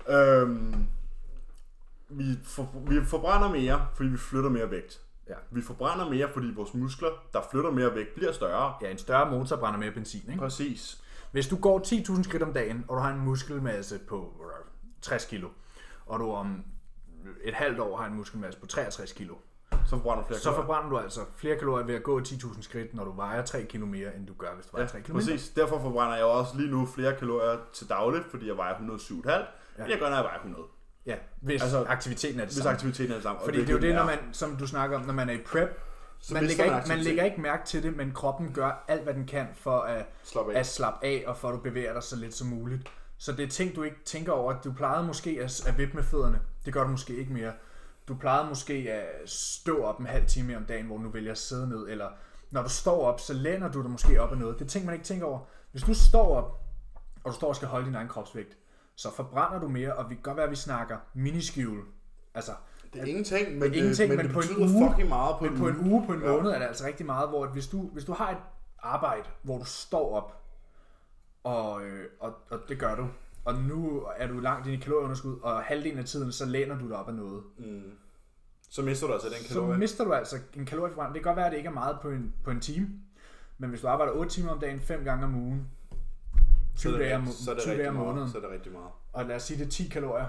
Vi forbrænder mere, fordi vi flytter mere vægt. Ja. Vi forbrænder mere, fordi vores muskler, der flytter mere vægt, bliver større. Ja, en større motor brænder mere benzin, ikke? Præcis. Hvis du går 10.000 skridt om dagen, og du har en muskelmasse på 60 kilo, og du om et halvt år har en muskelmasse på 63 kilo, så forbrænder du altså flere kalorier ved at gå 10.000 skridt, når du vejer 3 kilo mere, end du gør, hvis du vejer 3 kilo mindre. Præcis. Derfor forbrænder jeg også lige nu flere kalorier til dagligt, fordi jeg vejer 107,5. Ja. Jeg gør, når jeg vejer 100. Ja, hvis aktiviteten er det samme. Hvis aktiviteten er det samme. Fordi det er jo det, når man, som du snakker om, når man er i prep, man lægger ikke mærke til det, men kroppen gør alt, hvad den kan for at slappe af, og for at du bevæger dig så lidt som muligt. Så det er ting, du ikke tænker over. Du plejede måske at vippe med fødderne. Det gør du måske ikke mere. Du plejede måske at stå op en halv time mere om dagen, hvor du nu vælger at sidde ned. Eller når du står op, så læner du dig måske op af noget. Det er ting, man ikke tænker over. Hvis du står op, og du står og skal holde din egen kropsvægt, så forbrænder du mere, og vi kan godt være, at vi snakker miniskjul Altså, det er ingenting, men det betyder fucking meget på en uge. På en uge, på en måned er det altså rigtig meget, hvor hvis du har et arbejde, hvor du står op, og det gør du, og nu er du langt i kalorieunderskud, og halvdelen af tiden, så læner du dig op af noget. Så mister du altså den kalorie. Så mister du altså en kalorieforbrænding. Det kan godt være, at det ikke er meget på en time, men hvis du arbejder 8 timer om dagen, 5 gange om ugen, 20 dage om måneden, så er det rigtig meget. Og lad os sige, det er 10 kalorier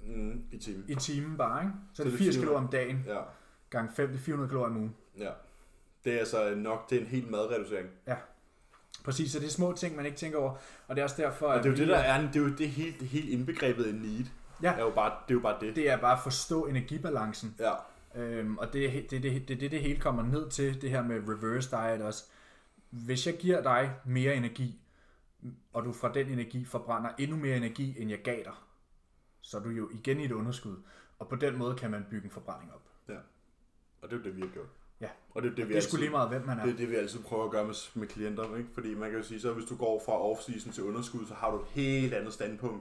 i timen bare, ikke? Så er det 80 kalorier om dagen, gange 5, det er 400 kalorier om ugen. Ja, det er altså nok, det er en helt madreducering. Ja, præcis, så det er små ting, man ikke tænker over, og det er også derfor, og det er jo det, der er, det er jo det helt indbegrebet af need. Ja. Det er jo bare det. Det er bare at forstå energibalancen. Ja. Og det hele kommer ned til, det her med reverse diet også. Hvis jeg giver dig mere energi, og du fra den energi forbrænder endnu mere energi, end jeg gav dig, så er du jo igen i et underskud. Og på den måde kan man bygge en forbrænding op. Ja, og det er jo det, vi har gjort. Ja, og det er sgu lige meget, hvem man er. Det er det, vi altid prøver at gøre med klienter, ikke? Fordi man kan jo sige, så hvis du går fra off-season til underskud, så har du et helt andet standpunkt,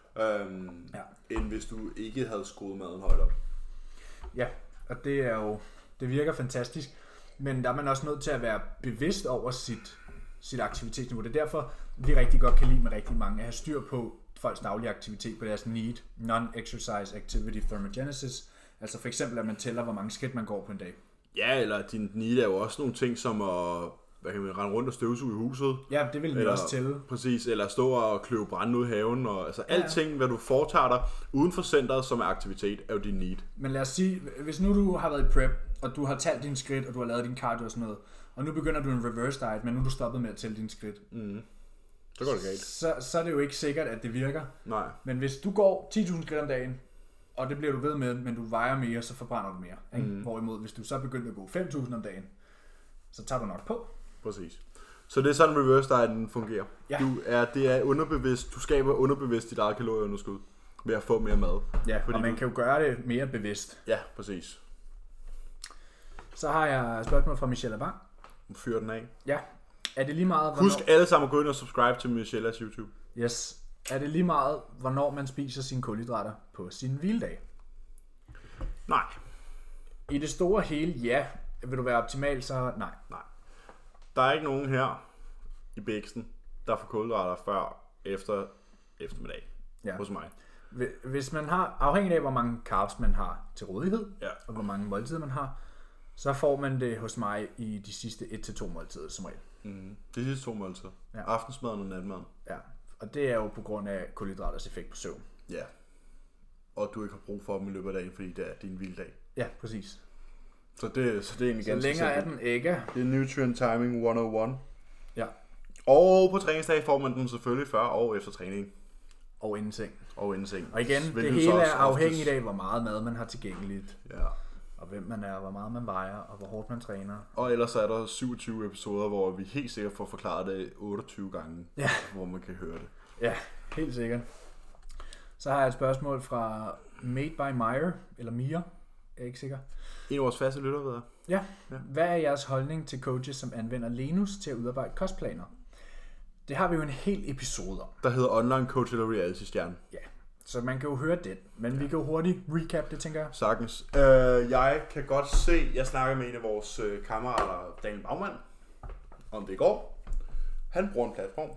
end hvis du ikke havde skruet maden højt op. Ja, og det er jo, det virker fantastisk, men der er man også nødt til at være bevidst over sit aktivitetsniveau. Det er derfor, vi rigtig godt kan lide med rigtig mange at have styr på folks daglige aktivitet, på deres need, non-exercise activity thermogenesis. Altså for eksempel, at man tæller, hvor mange skridt man går på en dag. Ja, eller din need er jo også nogle ting som at rende rundt og støvsuge i huset. Ja, det vil vi også tælle. Præcis, eller stå og kløve brænde ud i haven. Og, altså alting, hvad du foretager dig uden for centret som er aktivitet, er jo din need. Men lad os sige, hvis nu du har været i prep, og du har talt dine skridt, og du har lavet din cardio og sådan noget, og nu begynder du en reverse diet, men nu er du stoppet med at tælle dine skridt. Så går det galt. Så er det jo ikke sikkert, at det virker. Nej. Men hvis du går 10.000 skridt om dagen, og det bliver du ved med, men du vejer mere, så forbrænder du mere. Hvorimod, hvis du så begynder at gå 5.000 om dagen, så tager du nok på. Præcis. Så det er sådan, reverse dieten fungerer. Ja. Det er underbevidst. Du skaber underbevidst dit eget kalorieunderskud ved at få mere mad. Ja, og man kan jo gøre det mere bevidst. Ja, præcis. Så har jeg et spørgsmål fra Michelle Avang. Fyr den af. Ja. Er det lige meget, hvornår... Husk alle sammen at gå ind og subscribe til Michelles YouTube. Yes. Er det lige meget, hvornår man spiser sine kulhydrater på sin hviledag? Nej. I det store hele, ja. Vil du være optimal, så nej. Der er ikke nogen her i Bæksten, der får kulhydrater før efter eftermiddag hos mig. Hvis man har, afhængig af hvor mange carbs man har til rådighed, og hvor mange måltider man har, så får man det hos mig i de sidste 1-2 måltider som regel. De sidste 2 måltider? Ja. Aftensmaden og natmaden? Ja, og det er jo på grund af kulhydraters effekt på søvn. Ja, og du ikke har brug for dem i løbet af dagen, fordi det er din hviledag. Ja, præcis. Så det er egentlig ganske så længere er den ikke. Det er Nutrient Timing 101. Ja. Og på træningsdag får man den selvfølgelig før og efter træning. Og ingenting. Og igen, det hele er afhængigt af, hvor meget mad man har tilgængeligt. Ja. Og hvem man er, hvor meget man vejer, og hvor hårdt man træner. Og ellers er der 27 episoder, hvor vi helt sikkert får forklaret det 28 gange, hvor man kan høre det. Ja, helt sikkert. Så har jeg et spørgsmål fra Made by Meyer, eller Mia, jeg er ikke sikker. En af vores faste lyttere, ved jeg. Ja. Hvad er jeres holdning til coaches, som anvender Lenus til at udarbejde kostplaner? Det har vi jo en hel episode om. Der hedder Online Coach eller Reality Stjerne. Ja, så man kan jo høre den, men vi kan jo hurtigt recap det, tænker jeg. Sagtens. Jeg kan godt se, jeg snakker med en af vores kammerater, Daniel Baumann, om det i går. Han bruger en platform.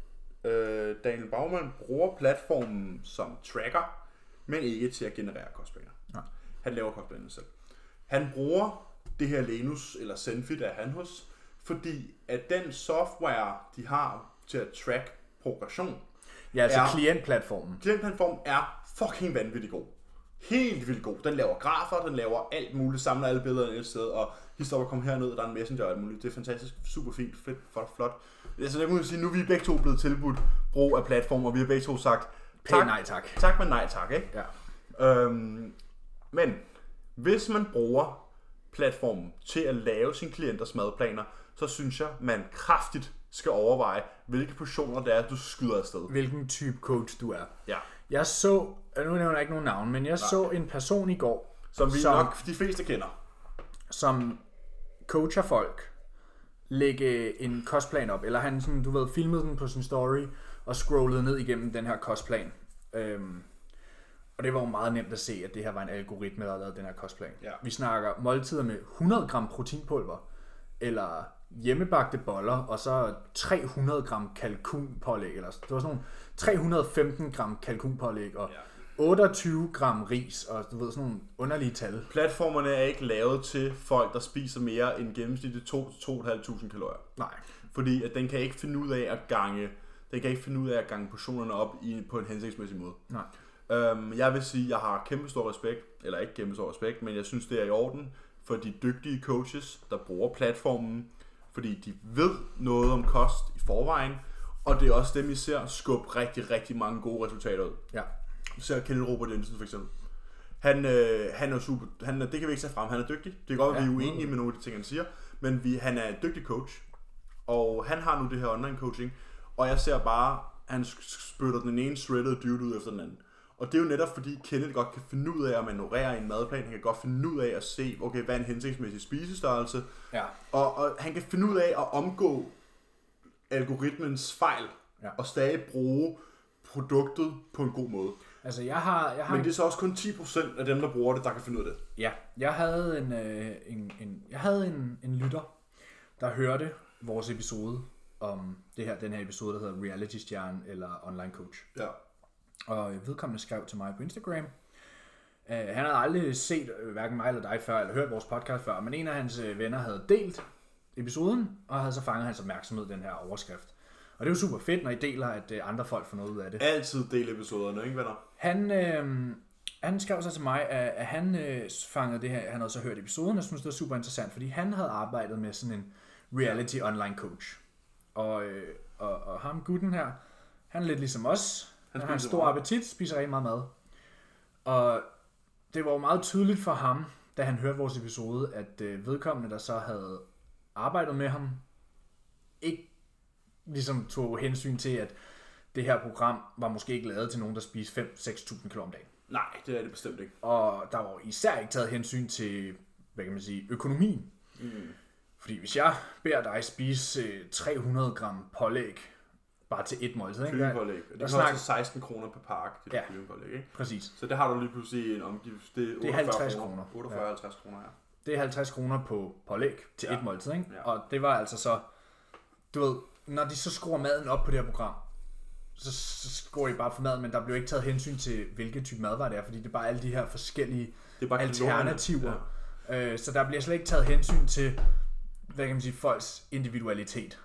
Daniel Baumann bruger platformen som tracker, men ikke til at generere kostplaner. Nej. Han laver kostplaner selv. Han bruger det her Lenus, eller Zenfit er han hos, fordi at den software, de har til at track progression, klientplatformen. Klientplatformen er fucking vanvittig god. Helt vildt god. Den laver grafer, den laver alt muligt, samler alle billederne et sted, og histopper kommer herned, og der er en messenger og alt muligt. Det er fantastisk, super fint, fedt, flot. Altså det må jeg sige, nu er vi begge to blevet tilbudt brug af platform, og vi har begge to sagt tak, nej tak. Tak, men nej tak, ikke? Ja. Men hvis man bruger platformen til at lave sine klienters madplaner, så synes jeg, man kraftigt skal overveje, hvilke portioner det er, du skyder afsted. Hvilken type coach du er. Ja. Jeg så, nu nævner jeg ikke nogen navn, men jeg så en person i går, som nok de fleste kender, som coacher folk, lægge en kostplan op, eller han sådan, du ved, filmede den på sin story, og scrollede ned igennem den her kostplan. Og det var jo meget nemt at se, at det her var en algoritme, der havde lavet den her kostplan. Ja. Vi snakker måltider med 100 gram proteinpulver, eller hjemmebagte boller, og så 300 gram kalkunpålæg, eller det var sådan nogle 315 gram kalkunpålæg, og 28 gram ris, og du ved, sådan nogle underlige tal. Platformerne er ikke lavet til folk, der spiser mere end gennemsnitligt 2-2.500 kalorier. Nej. Fordi at den kan ikke finde ud af at gange portionerne op på en hensigtsmæssig måde. Nej. Jeg vil sige, at jeg har kæmpe stor respekt, eller ikke kæmpe stor respekt, men jeg synes, det er i orden for de dygtige coaches, der bruger platformen, fordi de ved noget om kost i forvejen, og det er også dem, I ser skubbe rigtig, rigtig mange gode resultater ud. Ja. Du ser Kenneth Robert Jensen for eksempel. Han er super, det kan vi ikke tage frem, han er dygtig. Det kan godt være, vi er uenige med nogle af de ting, han siger, men han er en dygtig coach, og han har nu det her online coaching, og jeg ser bare, han spytter den ene shredded dude ud efter den anden. Og det er jo netop fordi Kenneth godt kan finde ud af at manøvrere en madplan. Han kan godt finde ud af at se, okay, hvad er en hensigtsmæssig spisestørrelse. Ja. Og han kan finde ud af at omgå algoritmens fejl. Ja. Og stadig bruge produktet på en god måde. Altså jeg har Men det er så også kun 10% af dem, der bruger det, der kan finde ud af det. Ja, jeg havde en lytter, der hørte vores episode om den her episode, der hedder Reality Stjerne eller Online Coach. Ja. Og vedkommende skrev til mig på Instagram. Han havde aldrig set hverken mig eller dig før, eller hørt vores podcast før, men en af hans venner havde delt episoden, og havde så fanget hans opmærksomhed, den her overskrift. Og det er jo super fedt, når I deler, at andre folk får noget ud af det. Altid del episoderne, ikke venner? Han skrev så til mig, at han fangede det her, han havde så hørt episoden, og synes det var super interessant, fordi han havde arbejdet med sådan en reality online coach. Og ham gutten her, han er lidt ligesom os. Han har en stor appetit, spiser rigtig meget mad. Og det var jo meget tydeligt for ham, da han hørte vores episode, at vedkommende, der så havde arbejdet med ham, ikke ligesom tog hensyn til, at det her program var måske ikke lavet til nogen, der spiste 5-6.000 kalorier om dagen. Nej, det er det bestemt ikke. Og der var især ikke taget hensyn til, hvad kan man sige, økonomien. Fordi hvis jeg beder dig spise 300 gram pålæg, bare til et måltid, ikke? Kyllingpålæg. Det koster 16 kroner per pakke, det kyllingpålæg, ikke? Præcis. Så det har du lige pludselig en omgift. Det er 50 kroner. 48-50 kroner, ja. Det er 50 kroner på pålæg til et måltid, ikke? Ja. Og det var altså så, du ved, når de så skruer maden op på det her program, så skruer de bare for maden, men der bliver ikke taget hensyn til, hvilken type madvarer det er, fordi det er bare alle de her forskellige alternativer. Ja. Så der bliver slet ikke taget hensyn til, hvad kan man sige, folks individualitet.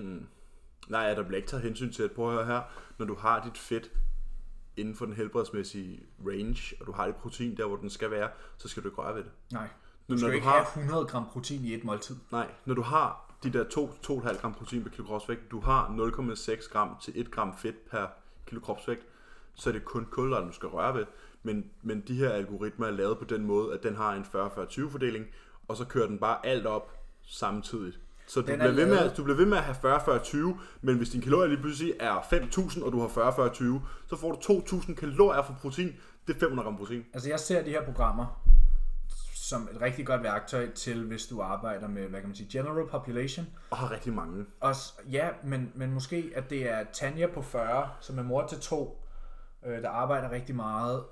Nej, der bliver ikke taget hensyn til, at prøv at høre her, når du har dit fedt inden for den helbredsmæssige range, og du har dit protein der, hvor den skal være, så skal du ikke røre ved det. Nej, du skal ikke have 100 gram protein i et måltid. Nej, når du har de der 2,5 gram protein per kilo kropsvægt, du har 0,6 gram til 1 gram fedt per kilo kropsvægt, så er det kun kulhydrater, du skal røre ved. Men de her algoritmer er lavet på den måde, at den har en 40-40-20 fordeling, og så kører den bare alt op samtidigt. Så du bliver ved med at have 40-40-20, men hvis din kalorier lige pludselig er 5.000, og du har 40-40-20, så får du 2.000 kalorier for protein. Det er 500 gram protein. Altså jeg ser de her programmer som et rigtig godt værktøj til, hvis du arbejder med, hvad kan man sige, general population. Og har rigtig mange. Ja, men måske, at det er Tanja på 40, som er mor til 2, der arbejder rigtig meget,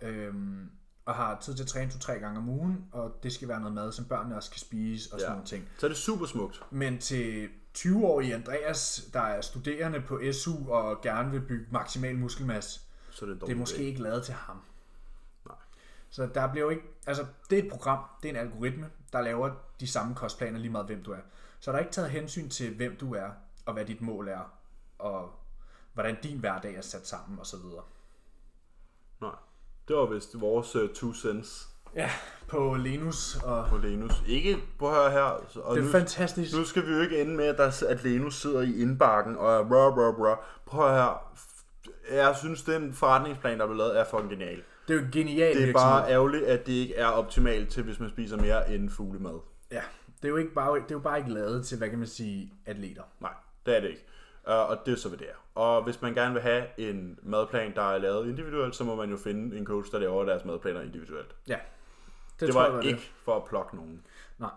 og har tid til at træne 2-3 gange om ugen, og det skal være noget mad, som børnene også skal spise, og sådan nogle ting. Så er det super smukt. Men til 20-årige Andreas, der er studerende på SU, og gerne vil bygge maksimal muskelmasse, så det er måske ikke lavet til ham. Nej. Så der bliver jo ikke, altså det er et program, det er en algoritme, der laver de samme kostplaner lige meget hvem du er. Så der er ikke taget hensyn til hvem du er, og hvad dit mål er, og hvordan din hverdag er sat sammen, og så videre. Nej. Det var vist vores 2 cents. Ja, på Lenus. På Lenus. Ikke på her. Og det er fantastisk. Nu skal vi jo ikke ende med, at Lenus sidder i indbakken og prøv her. Jeg synes, den forretningsplan, der er blevet lavet, er fucking genial. Det er jo genialt. Det er bare ærgerligt, at det ikke er optimalt til, hvis man spiser mere end fuglemad. Ja, det er jo bare ikke lavet til, hvad kan man sige, atleter. Nej, det er det ikke. Og det er så, hvad det er. Og hvis man gerne vil have en madplan, der er lavet individuelt, så må man jo finde en coach, der laver deres madplaner individuelt. Ja. Det var ikke for at plukke nogen. Nej.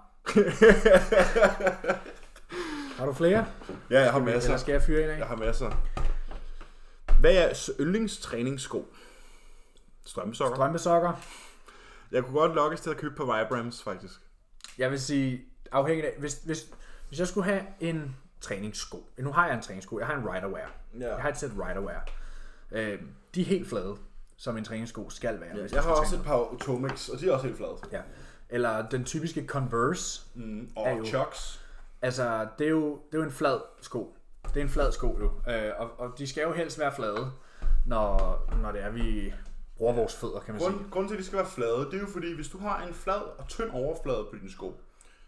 Har du flere? Ja, jeg har masser. Eller skal jeg fyre ind af? Jeg har masser. Hvad er yndlingstræningssko? Strømpesokker. Jeg kunne godt lokkes til at købe på Vibrams, faktisk. Jeg vil sige, afhængigt af, hvis jeg skulle have en træningssko. Nu har jeg en træningssko. Jeg har en Riderwear. Ja. Jeg har et sæt Riderwear. De er helt flade, som en træningssko skal være. Ja, jeg har også et par Atomics, og de er også helt flade. Ja. Eller den typiske Converse. Og Chucks. Altså, det er jo en flad sko. Det er en flad sko jo. Og de skal jo helst være flade, når det er, vi bruger vores fødder, kan man sige. Grunden til, at de skal være flade, det er jo fordi, hvis du har en flad og tynd overflade på dine sko,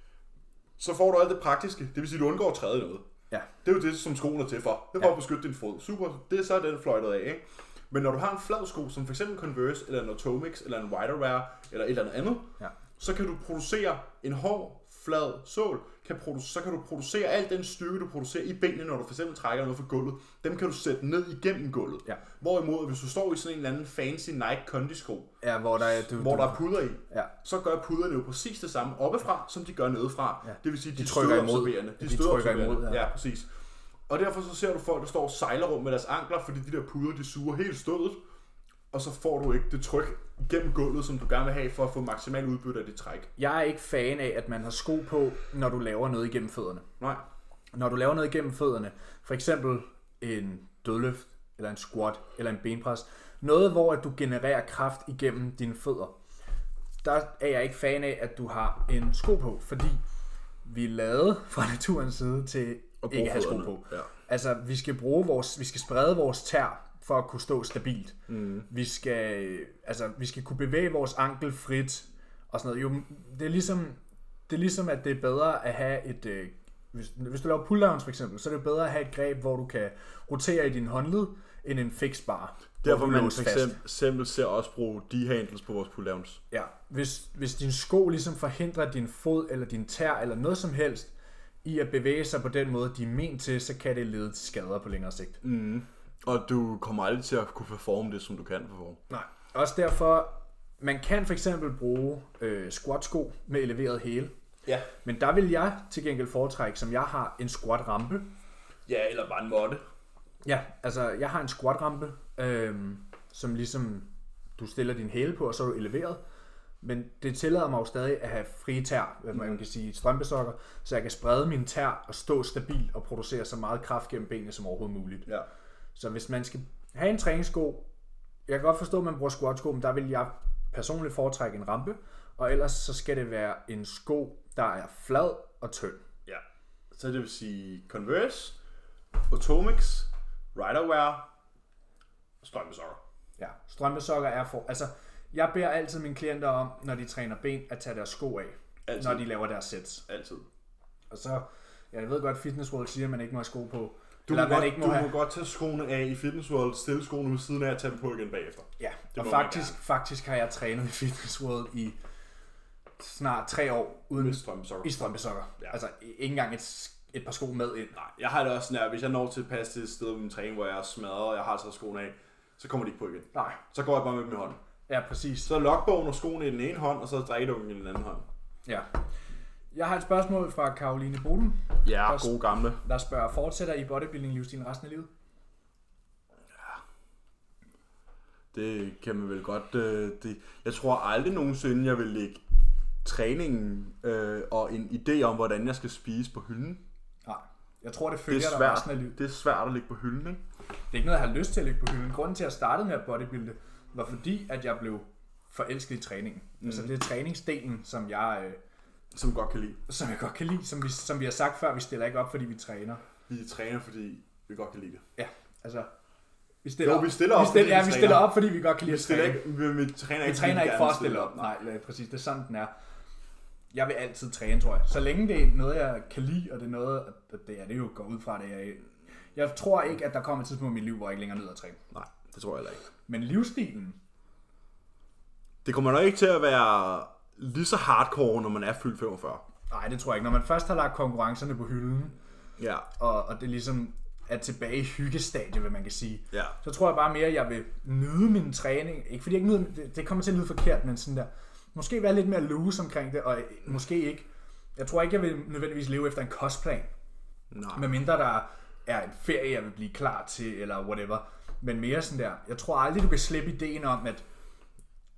så får du alt det praktiske. Det vil sige, at du undgår at træde noget. Ja. Det er jo det, som skoen er til for. Det er for at beskytte din fod. Super, det er så den fløjtet af, ikke? Men når du har en flad sko, som f.eks. Converse, eller en Atomics, eller en Riderwear, eller et eller andet, så kan du producere en hård, flad sål, så kan du producere al den styrke, du producerer i benene, når du f.eks. trækker noget fra gulvet. Dem kan du sætte ned igennem gulvet. Ja. Hvorimod, hvis du står i sådan en eller anden fancy Nike Condi-sko, hvor der er puder i, så gør puderne jo præcis det samme oppefra, som de gør nedefra. Ja. Det vil sige, de trykker imod. De trykker imod, ja, præcis. Og derfor så ser du folk, der står og sejler rundt med deres ankler, fordi de der puder, de suger helt stødet, og så får du ikke det tryk gennem gulvet, som du gerne vil have for at få maksimal udbytte af dit træk. Jeg er ikke fan af, at man har sko på, når du laver noget igennem fødderne. Nej. Når du laver noget igennem fødderne, for eksempel en dødløft, eller en squat, eller en benpres, noget hvor at du genererer kraft igennem dine fødder, der er jeg ikke fan af, at du har en sko på, fordi vi er lavet fra naturens side til ikke at have sko på. Ja. Altså, vi skal sprede vores tær for at kunne stå stabilt. Vi skal kunne bevæge vores ankel frit og sådan noget. Jo, det er ligesom at det er bedre at have et hvis du laver pulldowns for eksempel, så er det bedre at have et greb, hvor du kan rotere i din håndled end en fix bar. Derfor man for eksempel ser også bruge D-handles på vores pulldowns. Ja, hvis din sko ligesom forhindrer din fod eller din tær eller noget som helst i at bevæge sig på den måde, de er ment til, så kan det lede til skader på længere sigt. Og du kommer aldrig til at kunne performe det, som du kan performe. Nej. Også derfor, man kan for eksempel bruge squat-sko med eleveret hæle. Ja. Men der vil jeg til gengæld foretrække, som jeg har, en squat-rampe. Ja, eller bare en måtte. Ja, altså jeg har en squat-rampe, som ligesom du stiller din hæle på, og så er du eleveret. Men det tillader mig jo stadig at have frie tær, man kan sige strømpesokker, så jeg kan sprede mine tær og stå stabilt og producere så meget kraft gennem benene som overhovedet muligt. Ja. Så hvis man skal have en træningssko, jeg kan godt forstå, at man bruger squat-sko, men der vil jeg personligt foretrække en rampe, og ellers så skal det være en sko, der er flad og tynd. Ja, så det vil sige Converse, Atomics, Riderwear, strømpesokker. Ja, strømpesokker er altså, jeg beder altid mine klienter om, når de træner ben, at tage deres sko af, altid. Når de laver deres sets. Altid. Og så, jeg ved godt, Fitness World siger, at man ikke må have sko på. Du må godt tage skoene af i Fitness World, stille skoene ved siden af og tage dem på igen bagefter. Ja, og faktisk har jeg trænet i Fitness World i snart 3 år uden med strømpesokker. I strømpesokker. Ja. Altså ikke engang et par sko med ind. Nej, jeg har det også sådan, hvis jeg når til at passe til et sted ved min træning, hvor jeg er smadret, og jeg har taget skoene af, så kommer de ikke på igen. Nej. Så går jeg bare med dem i hånden. Ja, præcis. Så er logbogen og skoene i den ene hånd, og så er drikkedunken i den anden hånd. Ja. Jeg har et spørgsmål fra Karoline Bodum. Ja, gode gamle. Der spørger, fortsætter I bodybuilding-livsstilen resten af livet? Ja. Det kan man vel godt. Jeg tror aldrig nogensinde, jeg vil lægge træningen og en idé om, hvordan jeg skal spise på hylden. Nej, jeg tror, det følger dig resten af livet. Det er svært at lægge på hylden, ikke? Det er ikke noget, jeg har lyst til at lægge på hylden. Grunden til, at jeg startede med at bodybuilde, var fordi, at jeg blev forelsket i træningen. Altså det er træningsdelen, som jeg godt kan lide. Som jeg godt kan lide. Som vi har sagt før, vi stiller ikke op, fordi vi træner. Vi træner, fordi vi godt kan lide det. Ja, altså... Vi stiller op, fordi vi godt kan lide at træne. Vi træner ikke for at stille op. Nej, præcis. Det er sådan, den er. Jeg vil altid træne, tror jeg. Så længe det er noget, jeg kan lide, og det er noget, det jo går ud fra det. Jeg tror ikke, at der kommer et tidspunkt i mit liv, hvor jeg ikke længere nyder at træne. Nej, det tror jeg heller ikke. Men livsstilen... Det kommer nok ikke til at være lige så hardcore, når man er fyldt 45. Nej, det tror jeg ikke. Når man først har lagt konkurrencerne på hylden, ja. og det ligesom er tilbage i hyggestadiet, hvad man kan sige, ja. Så tror jeg bare mere, at jeg vil nyde min træning. Ikke fordi jeg ikke nyder, det kommer til at lyde forkert, men sådan der, måske være lidt mere loose omkring det, og måske ikke. Jeg tror ikke, jeg vil nødvendigvis leve efter en kostplan. Nej. Medmindre der er en ferie, jeg vil blive klar til, eller whatever. Men mere sådan der, jeg tror aldrig, du kan slippe ideen om, at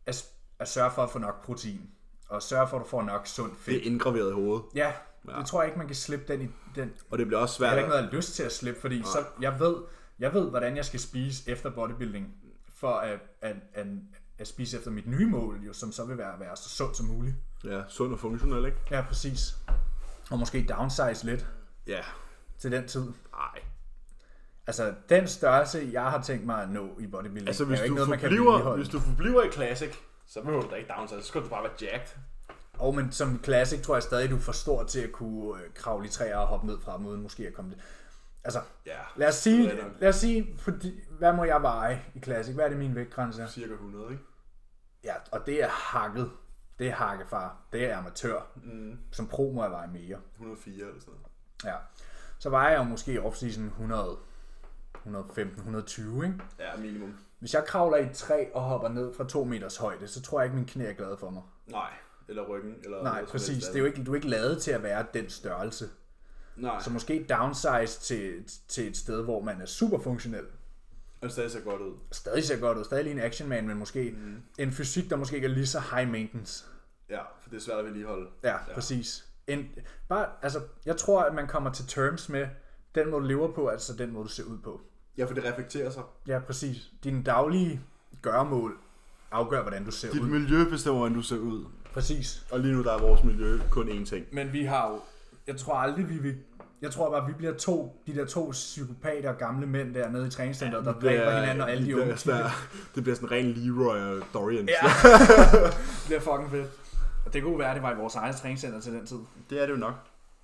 at sørge for at få nok protein. Og sørge for, at du får nok sundt fedt. Det er indgraveret i hovedet. Ja, det tror jeg ikke, man kan slippe den i den. Og det bliver også svært. Jeg har ikke noget, jeg har lyst til at slippe, fordi så jeg ved, hvordan jeg skal spise efter bodybuilding, for at spise efter mit nye mål, jo, som så vil være så sundt som muligt. Ja, sund og funktionel, ikke? Ja, præcis. Og måske downsize lidt. Ja. Til den tid. Nej. Altså, den størrelse, jeg har tænkt mig at nå i bodybuilding, altså, er jo ikke noget, man kan hvis du forbliver i Classic, så behøver du da ikke downsize, så skal du bare være jacked. Men som Classic tror jeg stadig, du er for stor til at kunne kravle i træer og hoppe ned fra dem, uden måske at komme det. Altså, lad os sige, hvad må jeg veje i Classic? Hvad er det min vægtgrænse? Cirka 100, ikke? Ja, og det er hakket. Det er hakkefar. Det er amatør. Som pro må jeg veje mere. 104 eller sådan noget. Ja. Så vejer jeg jo måske off-season 100, 115, 120, ikke? Ja, minimum. Hvis jeg kravler i et træ og hopper ned fra 2 meters højde, så tror jeg ikke, min knæ er glade for mig. Nej, eller ryggen. Eller nej, præcis. Det er jo ikke, du er ikke lavet til at være den størrelse. Nej. Så måske downsize til et sted, hvor man er super funktionel. Og stadig ser godt ud. Stadig lige en action man, men måske en fysik, der måske ikke er lige så high maintenance. Ja, for det er svært at vedligeholde. Ja, præcis. Jeg tror, at man kommer til terms med den måde, du lever på, altså den måde, du ser ud på. Ja, for det reflekterer sig. Ja, præcis. Dine daglige gøremål afgør, hvordan du ser ud. Dit miljø bestemmer, hvordan du ser ud. Præcis. Og lige nu, der er vores miljø kun én ting. Men vi har jo... Jeg tror bare, vi bliver de der to psykopater og gamle mænd dernede i træningscenteret, der dræber hinanden og alle de unge. Det bliver sådan ren Leroy og Dorian. Ja, det bliver fucking fedt. Og det kunne være, at det var i vores eget træningscenter til den tid. Det er det jo nok.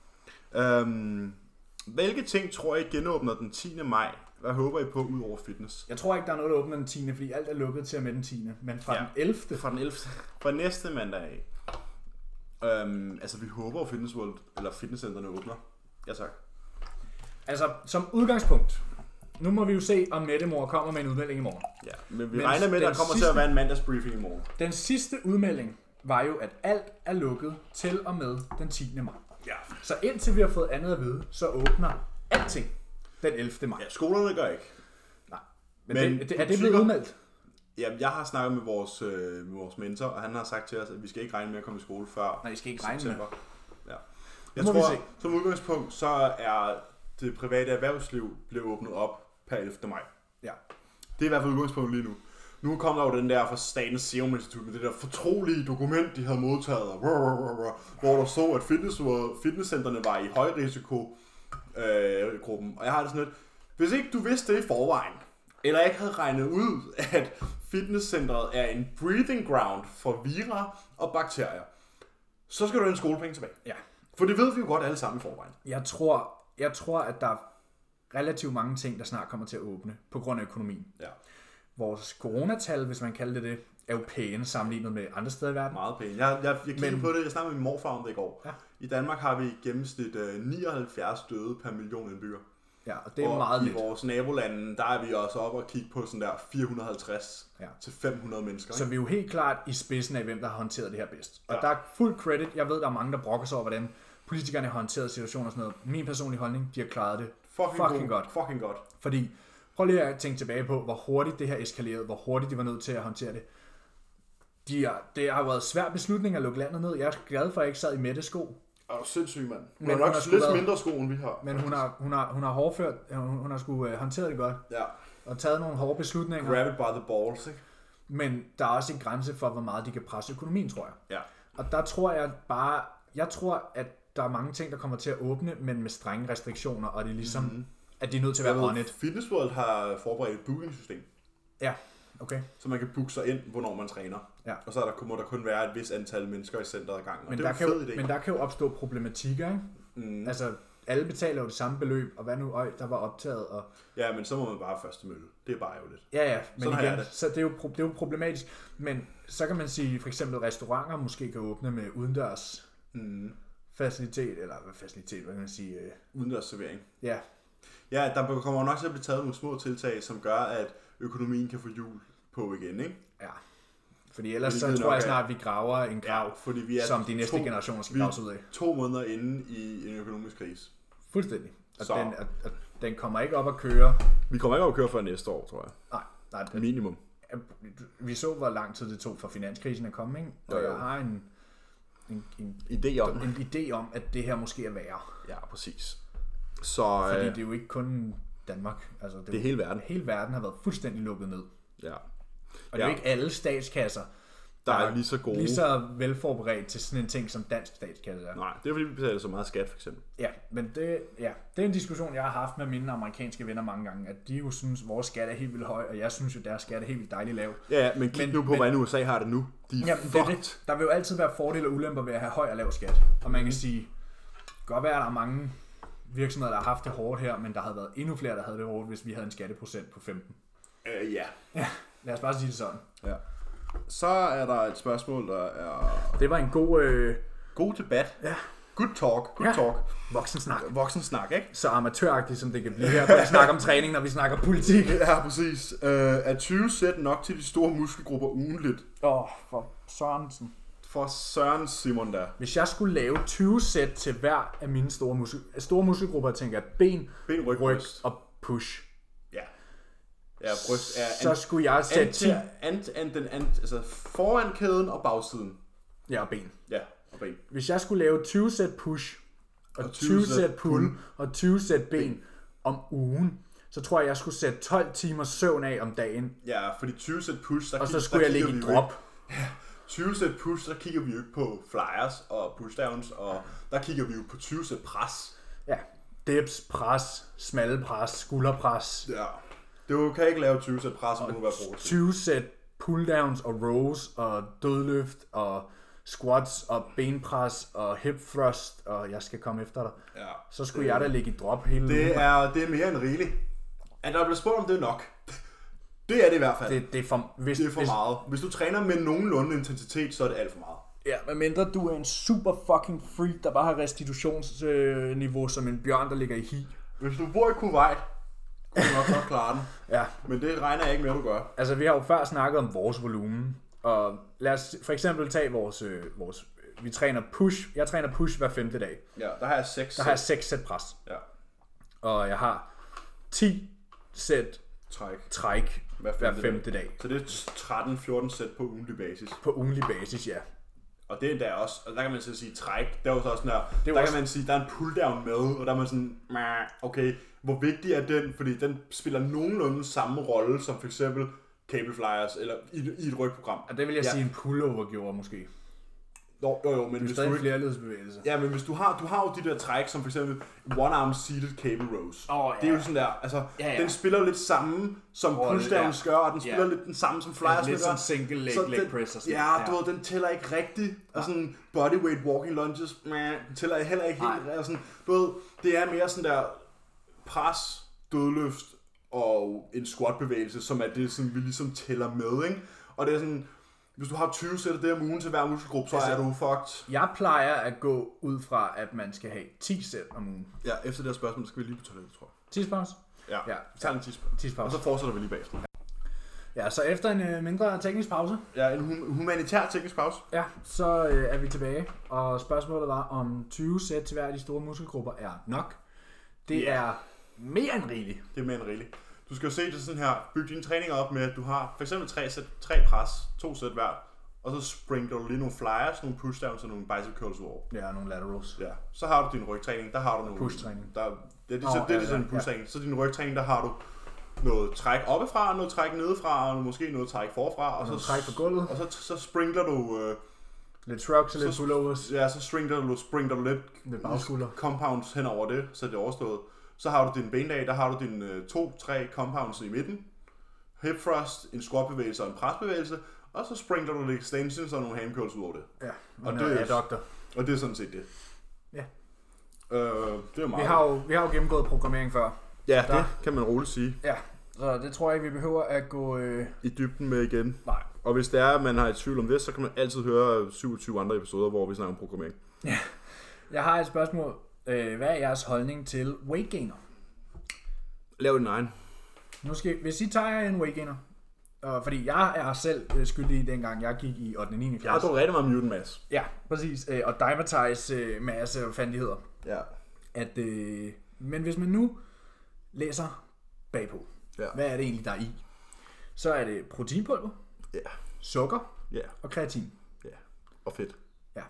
Hvilke ting tror I genåbner den 10. maj? Hvad håber I på ud over fitness? Jeg tror ikke, der er noget, der åbner den 10. fordi alt er lukket til at med den 10. Men fra den 11. Fra den 11. Fra næste mandag af. Altså vi håber, at Fitness World eller fitnesscentrene åbner. Ja tak. Altså som udgangspunkt. Nu må vi jo se, om Mette-mor kommer med en udmelding i morgen. Ja, men vi regner med, at der kommer til at være en mandagsbriefing i morgen. Den sidste udmelding var jo, at alt er lukket til og med den 10. maj. Ja. Så indtil vi har fået andet at vide, så åbner alting den 11. maj. Ja, skolerne gør ikke. Nej. Men er det blevet udmeldt? Ja, jeg har snakket med vores mentor, og han har sagt til os, at vi skal ikke regne med at komme i skole før. Nej, I skal ikke regne med. Ja. Jeg tror, som udgangspunkt, så er det private erhvervsliv blevet åbnet op per 11. maj. Ja. Det er i hvert fald udgangspunkt lige nu. Nu kom der jo den der fra Statens Serum Institut med det der fortrolige dokument, de havde modtaget, hvor der så, at fitnesscentrene var i højrisikogruppen. Og jeg har det sådan lidt, hvis ikke du vidste det i forvejen, eller ikke havde regnet ud, at fitnesscentret er en breathing ground for vira og bakterier, så skal du have en skolepenge tilbage. Ja. For det ved vi jo godt alle sammen i forvejen. Jeg tror, at der er relativt mange ting, der snart kommer til at åbne på grund af økonomien. Ja. Vores coronatal, hvis man kalder det, er jo pæne sammenlignet med andre steder i verden. Meget pæne. Jeg kiggede på det, jeg snakkede med min morfar om det i går. Ja. I Danmark har vi i gennemsnit 79 døde per million indbygger. Ja, og det er meget lidt. I vores nabolande, der er vi også oppe og kigge på sådan der 450 til 500 mennesker. Så vi er jo helt klart i spidsen af, hvem der har håndteret det her bedst. Og der er fuld credit. Jeg ved, der er mange, der brokker sig over, hvordan politikerne har håndteret situationer og sådan noget. Min personlige holdning, de har klaret det fucking godt. Fordi, prøv lige at tænke tilbage på, hvor hurtigt det her eskalerede, hvor hurtigt de var nødt til at håndtere det. Det har været svært beslutning at lukke landet ned. Jeg er glad for, at jeg ikke sad i Mettes sko. Og sindssygt, mand. Hun har nok lidt mindre sko, end vi har. Men hun har hårdført, hun har sgu håndteret det godt. Ja. Og taget nogle hårde beslutninger. Grab it by the balls, ikke? Men der er også en grænse for, hvor meget de kan presse økonomien, tror jeg. Ja. Og der tror jeg tror, at der er mange ting, der kommer til at åbne, men med strenge restriktioner, og det er ligesom, at de er nødt til at være on it. Fitness World har forberedt et booking-system. Ja, okay. Så man kan booke sig ind, hvornår man træner. Ja. Og så må der kun være et vis antal mennesker i centret ad gangen. Men, der kan jo opstå problematikker, ikke? Mm. Altså, alle betaler jo det samme beløb, og hvad nu, der var optaget. Og... Ja, men så må man bare første mølle. Det er bare ærgerligt. Ja, men sådan igen, så det er jo problematisk. Men så kan man sige, for eksempel restauranter måske kan åbne med udendørs facilitet, eller facilitet, hvad kan man sige? Udendørs servering. Ja. Ja, der kommer nok til at blive taget nogle små tiltag, som gør, at økonomien kan få hjul på igen, ikke? Ja. Fordi ellers så tror jeg snart, at vi graver en grav, fordi vi er som de næste generationer skal grave ud af. 2 måneder inde i en økonomisk krise. Fuldstændig. Den kommer ikke op at køre. Vi kommer ikke op at køre før næste år, tror jeg. Nej. Minimum. vi så, hvor lang tid det tog for finanskrisen at komme, ikke? Og jeg har en idé om, at det her måske er værre. Ja, præcis. Så, fordi det er jo ikke kun Danmark. Altså, det er hele verden. Hele verden har været fuldstændig lukket ned. Ja. Og det er jo ikke alle statskasser, der er lige så gode. Lige så velforberedt til sådan en ting, som dansk statskasse er. Nej, det er fordi, vi betaler så meget skat, for eksempel. Ja, men det er en diskussion, jeg har haft med mine amerikanske venner mange gange, at de jo synes, at vores skat er helt vildt høj, og jeg synes jo, deres skat er helt vildt dejligt lav. Ja, men kig nu på, hvordan USA har det nu. De er fucked. Der vil jo altid være fordele og ulemper ved at have høj og lav skat. Og man kan sige, godt være, at der er mange virksomheder, der har haft det hårdt her, men der havde været endnu flere, der havde det hårdt, hvis vi havde en skatteprocent på 15. Ja. Ja, lad os bare sige det sådan. Ja. Så er der et spørgsmål, der er... Det var en god debat. Ja. Good talk. Voksensnak, ikke? Så amatøragtigt, som det kan blive her, når vi snakker om træning, når vi snakker politik. Ja, præcis. Er 20 sæt nok til de store muskelgrupper ugenligt? For Sørensen. For Søren Simon der. Hvis jeg skulle lave 20 sæt til hver af mine store muskelgrupper, tænker jeg ben, ryg og push. Ja, bryst er... Så skulle jeg sætte 10... altså foran kæden og bagsiden. Ja, og ben. Ja, og ben. Hvis jeg skulle lave 20 sæt push, og 20 sæt pull, og 20 sæt ben om ugen, så tror jeg skulle sætte 12 timer søvn af om dagen. Ja, fordi 20 sæt push... Og så skulle jeg ligge i drop. Ja, 20 sæt push, så kigger vi jo ikke på flyers og pushdowns, og der kigger vi jo på 20 sæt pres. Ja, dips, pres, smalle pres, skulderpres. Ja. Du kan ikke lave 20 sæt pres, og du være brugt. 20 sæt pulldowns og rows og dødløft og squats og benpres og hip thrust, og jeg skal komme efter dig. Ja, så skulle jeg da ligge i drop hele ugen. Det er mere end rigeligt. At der bliver spurgt om det er nok. Det er det i hvert fald. Det er for meget. Hvis du træner med nogenlunde intensitet, så er det alt for meget. Ja, medmindre du er en super fucking freak, der bare har restitutionsniveau som en bjørn, der ligger i hi. Hvis du bor i Kuwait, kunne du nok klare den. Ja. Men det regner jeg ikke med, at du gør. Altså, vi har jo før snakket om vores volumen. Og lad os for eksempel tage vores vi træner push. Jeg træner push hver 5. dag. Ja, der har jeg 6 Der har jeg 6 sæt pres. Ja. Og jeg har 10 sæt træk hver 5. dag. Så det er 13-14 sæt på ugentlig basis. På ugentlig basis, ja. Og det er der også, og der kan man så sige træk, der er jo så også sådan der kan man sige, der er en pulldown med, og der er man sådan, okay, hvor vigtig er den, fordi den spiller nogenlunde samme rolle som for eksempel cable flyers, eller i et rygprogram. Og det vil jeg sige en pullover gjorde måske. Jo, men hvis du ikke flerledsbevægelser. Ja, men hvis du har jo de der træk, som for eksempel one-arm seated cable rows. Det er jo sådan der, altså, den spiller lidt samme som pushdowns gør, og den spiller lidt den samme som flyers. Lidt som single leg press og sådan. Ja, du ved, den tæller ikke rigtigt. Og sådan bodyweight walking lunges, den tæller heller ikke helt. Og sådan, du ved, det er mere sådan der pres, dødløft og en squat bevægelse, som er det, som vi ligesom tæller med, ikke? Og det er sådan, hvis du har 20 sæt af det om ugen til hver muskelgruppe, så er du fucked. Jeg plejer at gå ud fra, at man skal have 10 sæt om ugen. Ja, efter det her spørgsmål, skal vi lige på toilettet, tror jeg. Tidspause? Ja, vi tager en tidspause. Og så fortsætter vi lige bagefter. Ja, så efter en mindre teknisk pause. Ja, en humanitær teknisk pause. Ja, så er vi tilbage. Og spørgsmålet var, om 20 sæt til hver af de store muskelgrupper er nok. Det er mere end rigeligt. Det er mere end rigeligt. Du skal jo se det sådan her, bygge dine træninger op med, at du har for eksempel 3 pres, 2 sæt hver, og så sprinkler du lige nogle flyers, nogle pushdowns og nogle bicep curls over. Ja, nogle laterals. Ja, så har du din rygtræning, der har du nogle... Push-træning. Det er sådan en push-træning. Så din rygtræning, der har du noget træk oppefra, noget træk nedefra, og måske noget træk forfra. Og så træk på gulvet. Og så sprinkler du... lidt shrugs og lidt pullovers. Ja, så sprinkler du lidt bagskulder. Compounds hen over det, så det er overstået. Så har du din bendag, der har du dine 2-3 compounds i midten. Hip thrust, en squat-bevægelse og en presbevægelse. Og så sprinkler du lidt extensions og nogle hand curls ud over det. Ja, og det er sådan set det. Ja. Det er meget. Vi har jo gennemgået programmering før. Ja, det kan man roligt sige. Ja, så det tror jeg ikke, vi behøver at gå... i dybden med igen. Nej. Og hvis det er, at man har i tvivl om det, så kan man altid høre 27 andre episoder, hvor vi snakker om programmering. Ja. Jeg har et spørgsmål. Hvad er jeres holdning til weight gainer? Lav din egen. Hvis I tager en weight gainer, fordi jeg er selv skyldig i dengang jeg gik i 8. og 9. klasse. Jeg har rigtig meget mutant mass. Ja, præcis. Og Dymatize masse og fandigheder. Ja. Men hvis man nu læser bagpå, hvad er det egentlig der er i? Så er det proteinpulver, sukker og kreatin. Ja, og fedt. Ja.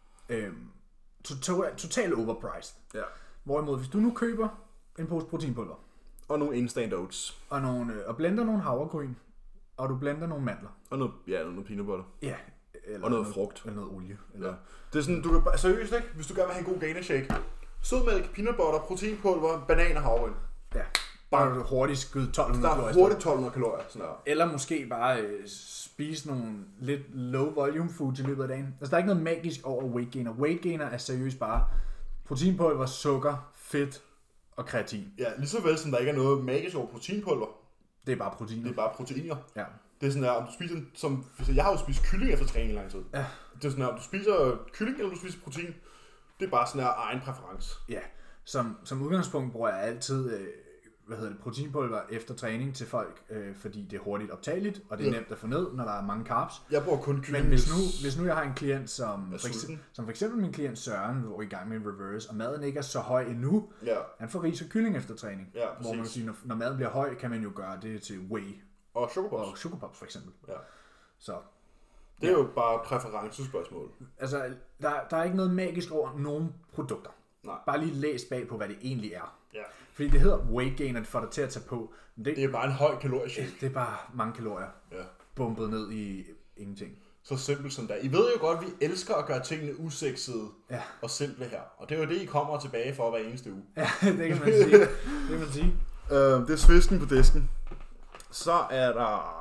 Totalt overpriced. Ja. Hvorimod, hvis du nu køber en pose proteinpulver. Og nogle instant oats. Og blender nogle havregryn. Og du blender nogle mandler. Og noget peanut butter. Ja. Og noget frugt. Eller noget olie. Eller... Ja. Det er sådan, du kan seriøst ikke, hvis du gerne vil have en god Gainer shake. Sødmælk, peanut butter, proteinpulver, banan og havregryn. Ja. Bare hurtigt skyde 1200 kalorier. Der er hurtigt 1200 kalorier. Sådan der. Eller måske bare spise nogle lidt low volume food i løbet af dagen. Altså der er ikke noget magisk over weight gainer. Weight gainer er seriøst bare proteinpulver, sukker, fedt og kreatin. Ja, lige så vel som der ikke er noget magisk over proteinpulver. Det er bare proteiner. Det er bare proteiner. Ja. Det er sådan der, om du spiser, som jeg har jo spist kylling efter træning i lang tid. Ja. Det er sådan der, om du spiser kylling eller du spiser protein, det er bare sådan der egen præference. Ja. Som udgangspunkt bruger jeg altid proteinpulver efter træning til folk, fordi det er hurtigt optageligt, og det er nemt at få ned, når der er mange carbs. Jeg bruger kun kylling. Men hvis nu jeg har en klient, som for eksempel min klient Søren, hvor er i gang med en reverse, og maden ikke er så høj endnu, han får ris og kylling efter træning. Ja, hvor man kan sige, når maden bliver høj, kan man jo gøre det til whey. Og sugarpops. Og sugarpops for eksempel. Ja. Så det er jo bare præferencespørgsmål. Altså, der er ikke noget magisk over nogen produkter. Nej. Bare lige læs bag på, hvad det egentlig er. Ja. Fordi det hedder weight gain, og det får dig til at tage på. Det er bare en høj kalorieshake. Det er bare mange kalorier. Ja. Bumpet ned i ingenting. Så simpelt som det er. I ved jo godt, at vi elsker at gøre tingene usexede og simple her. Og det er jo det, I kommer tilbage for hver eneste uge. Ja, det kan man sige. Det er svisken på disken. Så er der...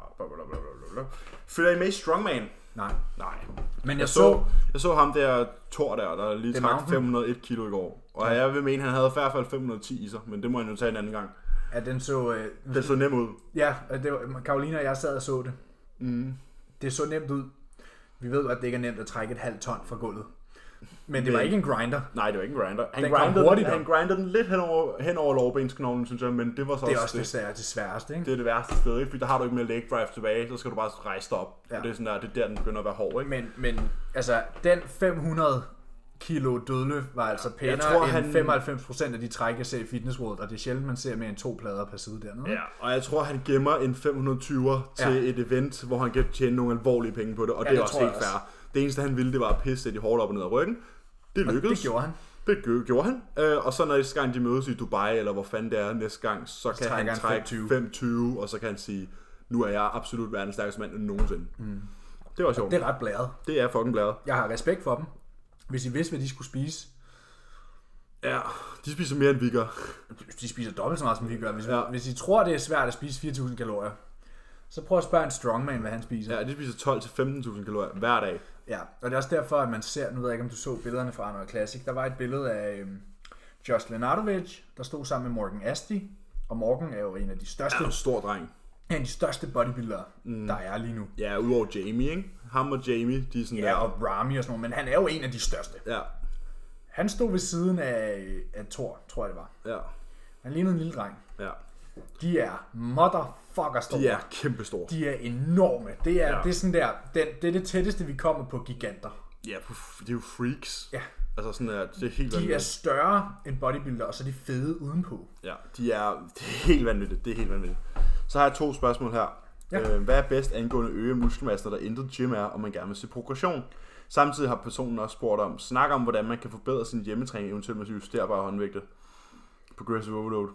Følger I med i Strongman? Nej. Men jeg så ham der Thor der lige trak 501 kilo i går. Og jeg vil mene, han havde i hvert fald 510 i sig, men det må jeg jo tage en anden gang. Ja, den så nem ud. Ja, det var, Karoline og jeg sad og så det. Det så nemt ud. Vi ved godt, at det ikke er nemt at trække et halvt ton fra gulvet. Men det var ikke en grinder. Nej, det var ikke en grinder. Han grindede den lidt hen over lårbensknoglen, synes jeg, men det var så det er også det sværeste, ikke? Det er det værste sted, ikke? Fordi der har du ikke mere leg drive tilbage, så skal du bare rejse dig op. Ja. Det er sådan der, det er der, den begynder at være hård, ikke? Men altså, den 500 kilo dødløft var altså pænere end 95% af de træk, jeg ser i Fitness World, og det er sjældent, man ser mere end 2 plader per side dernede. Ja, og jeg tror, han gemmer en 520'er til et event, hvor han kan tjene nogle alvorlige penge på det, og det er også helt fair. Det eneste, han ville, det var at pisse de hårdt op og ned ad ryggen. Det lykkedes. Det gjorde han. Og så når næste gang de mødes i Dubai, eller hvor fanden det er næste gang, så kan han trække 520, og så kan han sige, nu er jeg absolut verdens stærkeste mand nogensinde. Det var sjovt. Det er ret blæret. Det er fucking blæret. Jeg har respekt for dem. Hvis I vidste, hvad de skulle spise. Ja, de spiser mere end vi gør. De spiser dobbelt så meget, som vi gør. Hvis I tror, det er svært at spise 4.000 kalorier, så prøv at spørge en strongman, hvad han spiser. Ja, de spiser 12-15.000 kalorier hver dag. Ja, og det er også derfor, at man ser, nu ved jeg ikke, om du så billederne fra Arnold Classic, der var et billede af Josh Lenartovich, der stod sammen med Morgan Asti, og Morgan er jo en af de største... Ja, en stor dreng. En af de største bodybuildere, der er lige nu. Ja, udover Jamie, ikke? Ham og Jamie, de er sådan og Rami og sådan noget, men han er jo en af de største. Ja. Han stod ved siden af Thor, tror jeg det var. Ja. Han lignede en lille dreng. Ja. De er motherfucker store. De er kæmpe store. De er enorme. Det er sådan der, det er det tætteste, vi kommer på giganter. Ja, det er jo freaks. Ja. Altså sådan der, det er helt vanvittigt. De er større end bodybuilder, og så er de fede udenpå. Ja, det er helt vanvittigt. Så har jeg 2 spørgsmål her. Ja. Hvad er bedst angående øge muskelmasse, der intet gym er, og man gerne vil se progression? Samtidig har personen også spurgt snak om, hvordan man kan forbedre sin hjemmetræning, eventuelt med justerbare håndvægte. Progressive overload.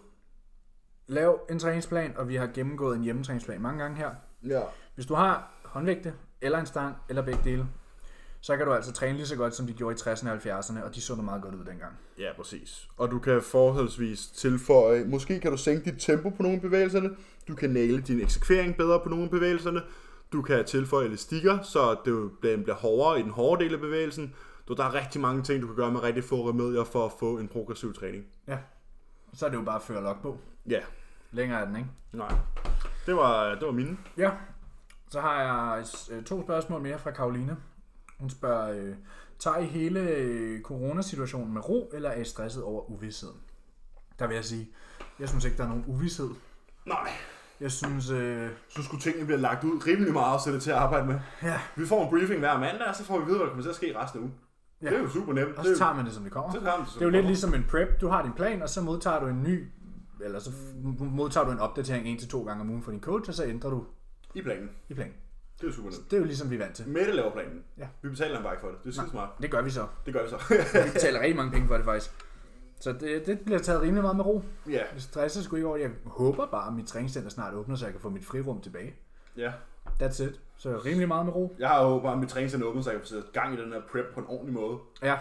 Lav en træningsplan, og vi har gennemgået en hjemmetræningsplan mange gange her. Ja. Hvis du har håndvægte, eller en stang, eller begge dele, så kan du altså træne lige så godt, som de gjorde i 60'erne og 70'erne, og de så meget godt ud dengang. Ja, præcis. Og du kan forholdsvis tilføje, måske kan du sænke dit tempo på nogle af bevægelserne, du kan næle din eksekvering bedre på nogle af bevægelserne, du kan tilføje elastikker, så det bliver hårdere i den hårde del af bevægelsen. Der er rigtig mange ting, du kan gøre med rigtig få remedier for at få en progressiv træning. Ja, så er det jo bare at føre logbog. Ja. Længere er den, ikke? Nej. Det var mine. Ja. Så har jeg 2 spørgsmål mere fra Karoline. Hun spørger, tager I hele coronasituationen med ro, eller er I stresset over uvidsheden? Der vil jeg sige, jeg synes ikke, der er nogen uvidshed. Nej. Jeg synes... Så skulle tingene blive lagt ud rimelig meget og sætte til at arbejde med. Ja. Vi får en briefing hver mandag, og så får vi vide, hvad der kommer til at ske resten af ugen. Ja. Det er jo super nemt. Og så tager man det, som det kommer. Det er jo lidt ligesom en prep. Du har din plan, og så modtager du en ny eller så modtager du en opdatering 1 til 2 gange om ugen fra din coach, og så ændrer du i planen. Det er jo super nemt. Det er jo ligesom vi er vant til. Mette laver planen. Ja. Vi betaler en bare ikke for det. Det er skide smart. Det gør vi så. Vi betaler rigtig mange penge for det faktisk. Så det bliver taget rimelig meget med ro. Ja. Det stresser sgu ikke over. Jeg håber bare, at mit træningscenter snart åbner, så jeg kan få mit frirum tilbage. Ja. That's it. Så rimelig meget med ro. Jeg har jo bare, at mit træningscenter åbner, så jeg kan få sætte gang i den her prep på en ordentlig måde. Ja.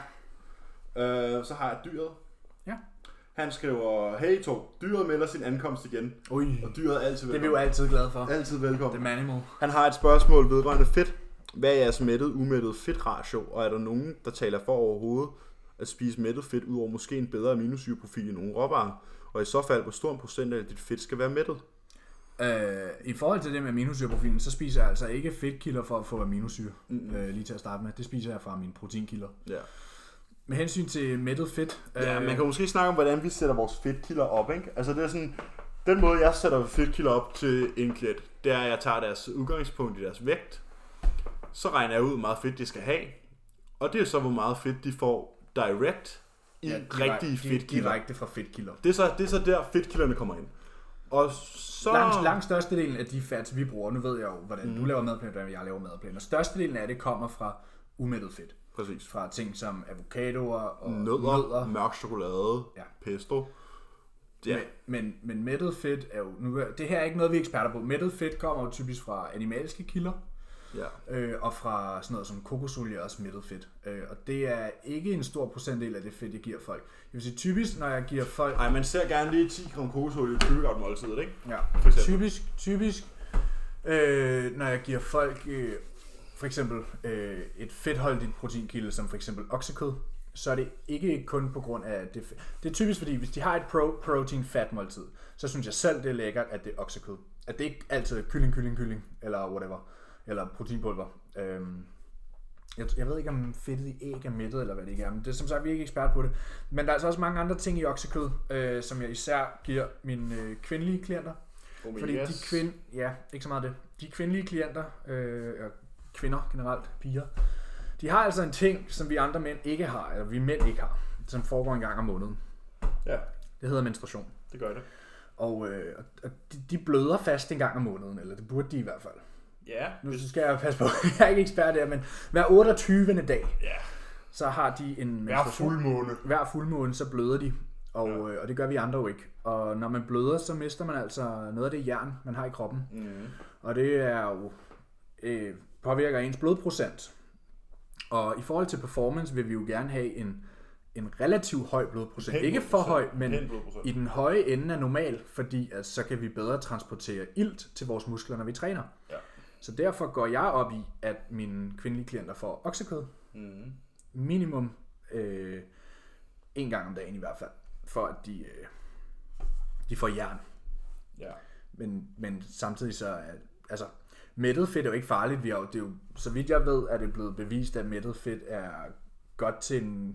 Så har jeg dyret. Ja. Han skriver, hey to, dyret melder sin ankomst igen. Ui. Og dyret er altid velkommen. Det er vi jo altid glade for. Altid velkommen. The manimal. Han har et spørgsmål vedrørende fedt. Hvad er jeres umættet fedtratio, og er der nogen, der taler for overhovedet at spise mættet fedt, ud over måske en bedre aminosyreprofil i nogle råvarer? Og i så fald, hvor stor en procent af dit fedt skal være mættet? I forhold til det med aminosyreprofilen, så spiser jeg altså ikke fedtkilder for at få aminosyre, lige til at starte med. Det spiser jeg fra mine proteinkilder. Ja. Med hensyn til mættet fedt... Ja, man kan måske snakke om, hvordan vi sætter vores fedtkilder op, ikke? Altså det er sådan... Den måde, jeg sætter fedtkilder op til en klient, det er, at jeg tager deres udgangspunkt i deres vægt. Så regner jeg ud, hvor meget fedt de skal have. Og det er så, hvor meget fedt de får direct i rigtige fedtkilder. Direkte fra fedtkilder. Det er så der, fedtkilderne kommer ind. Og så... Langt størstedelen af de fats, vi bruger, nu ved jeg jo, hvordan du laver madplan, hvordan jeg laver madplan, og størstedelen af det kommer fra umættet fedt. Præcis. Fra ting som avocadoer og nødder, mørk chokolade, pesto. Ja. Men mættet fedt er jo... det her er ikke noget, vi er eksperter på. Mættet fedt kommer jo typisk fra animalske kilder. Ja. Og fra sådan noget som kokosolie også mættet fedt. Og det er ikke en stor procentdel af det fedt, jeg giver folk. Jeg vil sige typisk, når jeg giver folk... Ej, man ser gerne lige 10 gram kokosolie i et måltid, ikke? Ja, typisk når jeg giver folk for eksempel et fedtholdigt proteinkilde, som for eksempel oksekød, så er det ikke kun på grund af det. Det er typisk fordi, hvis de har et protein fat måltid, så synes jeg selv, det er lækkert, at det er oksekød. At det ikke altid er kylling, eller whatever. Eller proteinpulver. Jeg ved ikke, om fedtet i æg er mættet, eller hvad det ikke er. Men det er som sagt, vi er ikke ekspert på det. Men der er altså også mange andre ting i oksekød, som jeg især giver mine kvindelige klienter. Fordi ikke så meget det. De kvindelige klienter, kvinder generelt, piger, de har altså en ting, som vi andre mænd ikke har, eller vi mænd ikke har, som foregår en gang om måneden. Ja. Det hedder menstruation. Det gør det. Og de bløder fast en gang om måneden, eller det burde de i hvert fald. Ja. Nu skal jeg passe på, jeg er ikke ekspert der, men hver 28. dag, så har de en menstruation. Hver fuldmåne, så bløder de, og det gør vi andre jo ikke. Og når man bløder, så mister man altså noget af det jern, man har i kroppen. Og det er jo påvirker ens blodprocent. Og i forhold til performance vil vi jo gerne have en relativt høj blodprocent. Ikke for høj, men i den høje ende af normal, fordi at så kan vi bedre transportere ilt til vores muskler, når vi træner. Ja. Så derfor går jeg op i, at mine kvindelige klienter får oksekød. Minimum en gang om dagen i hvert fald, for at de får jern. Ja. Men samtidig så altså mættet fedt er jo ikke farligt. Det er jo, så vidt jeg ved, er det blevet bevist, at mættet fedt er godt til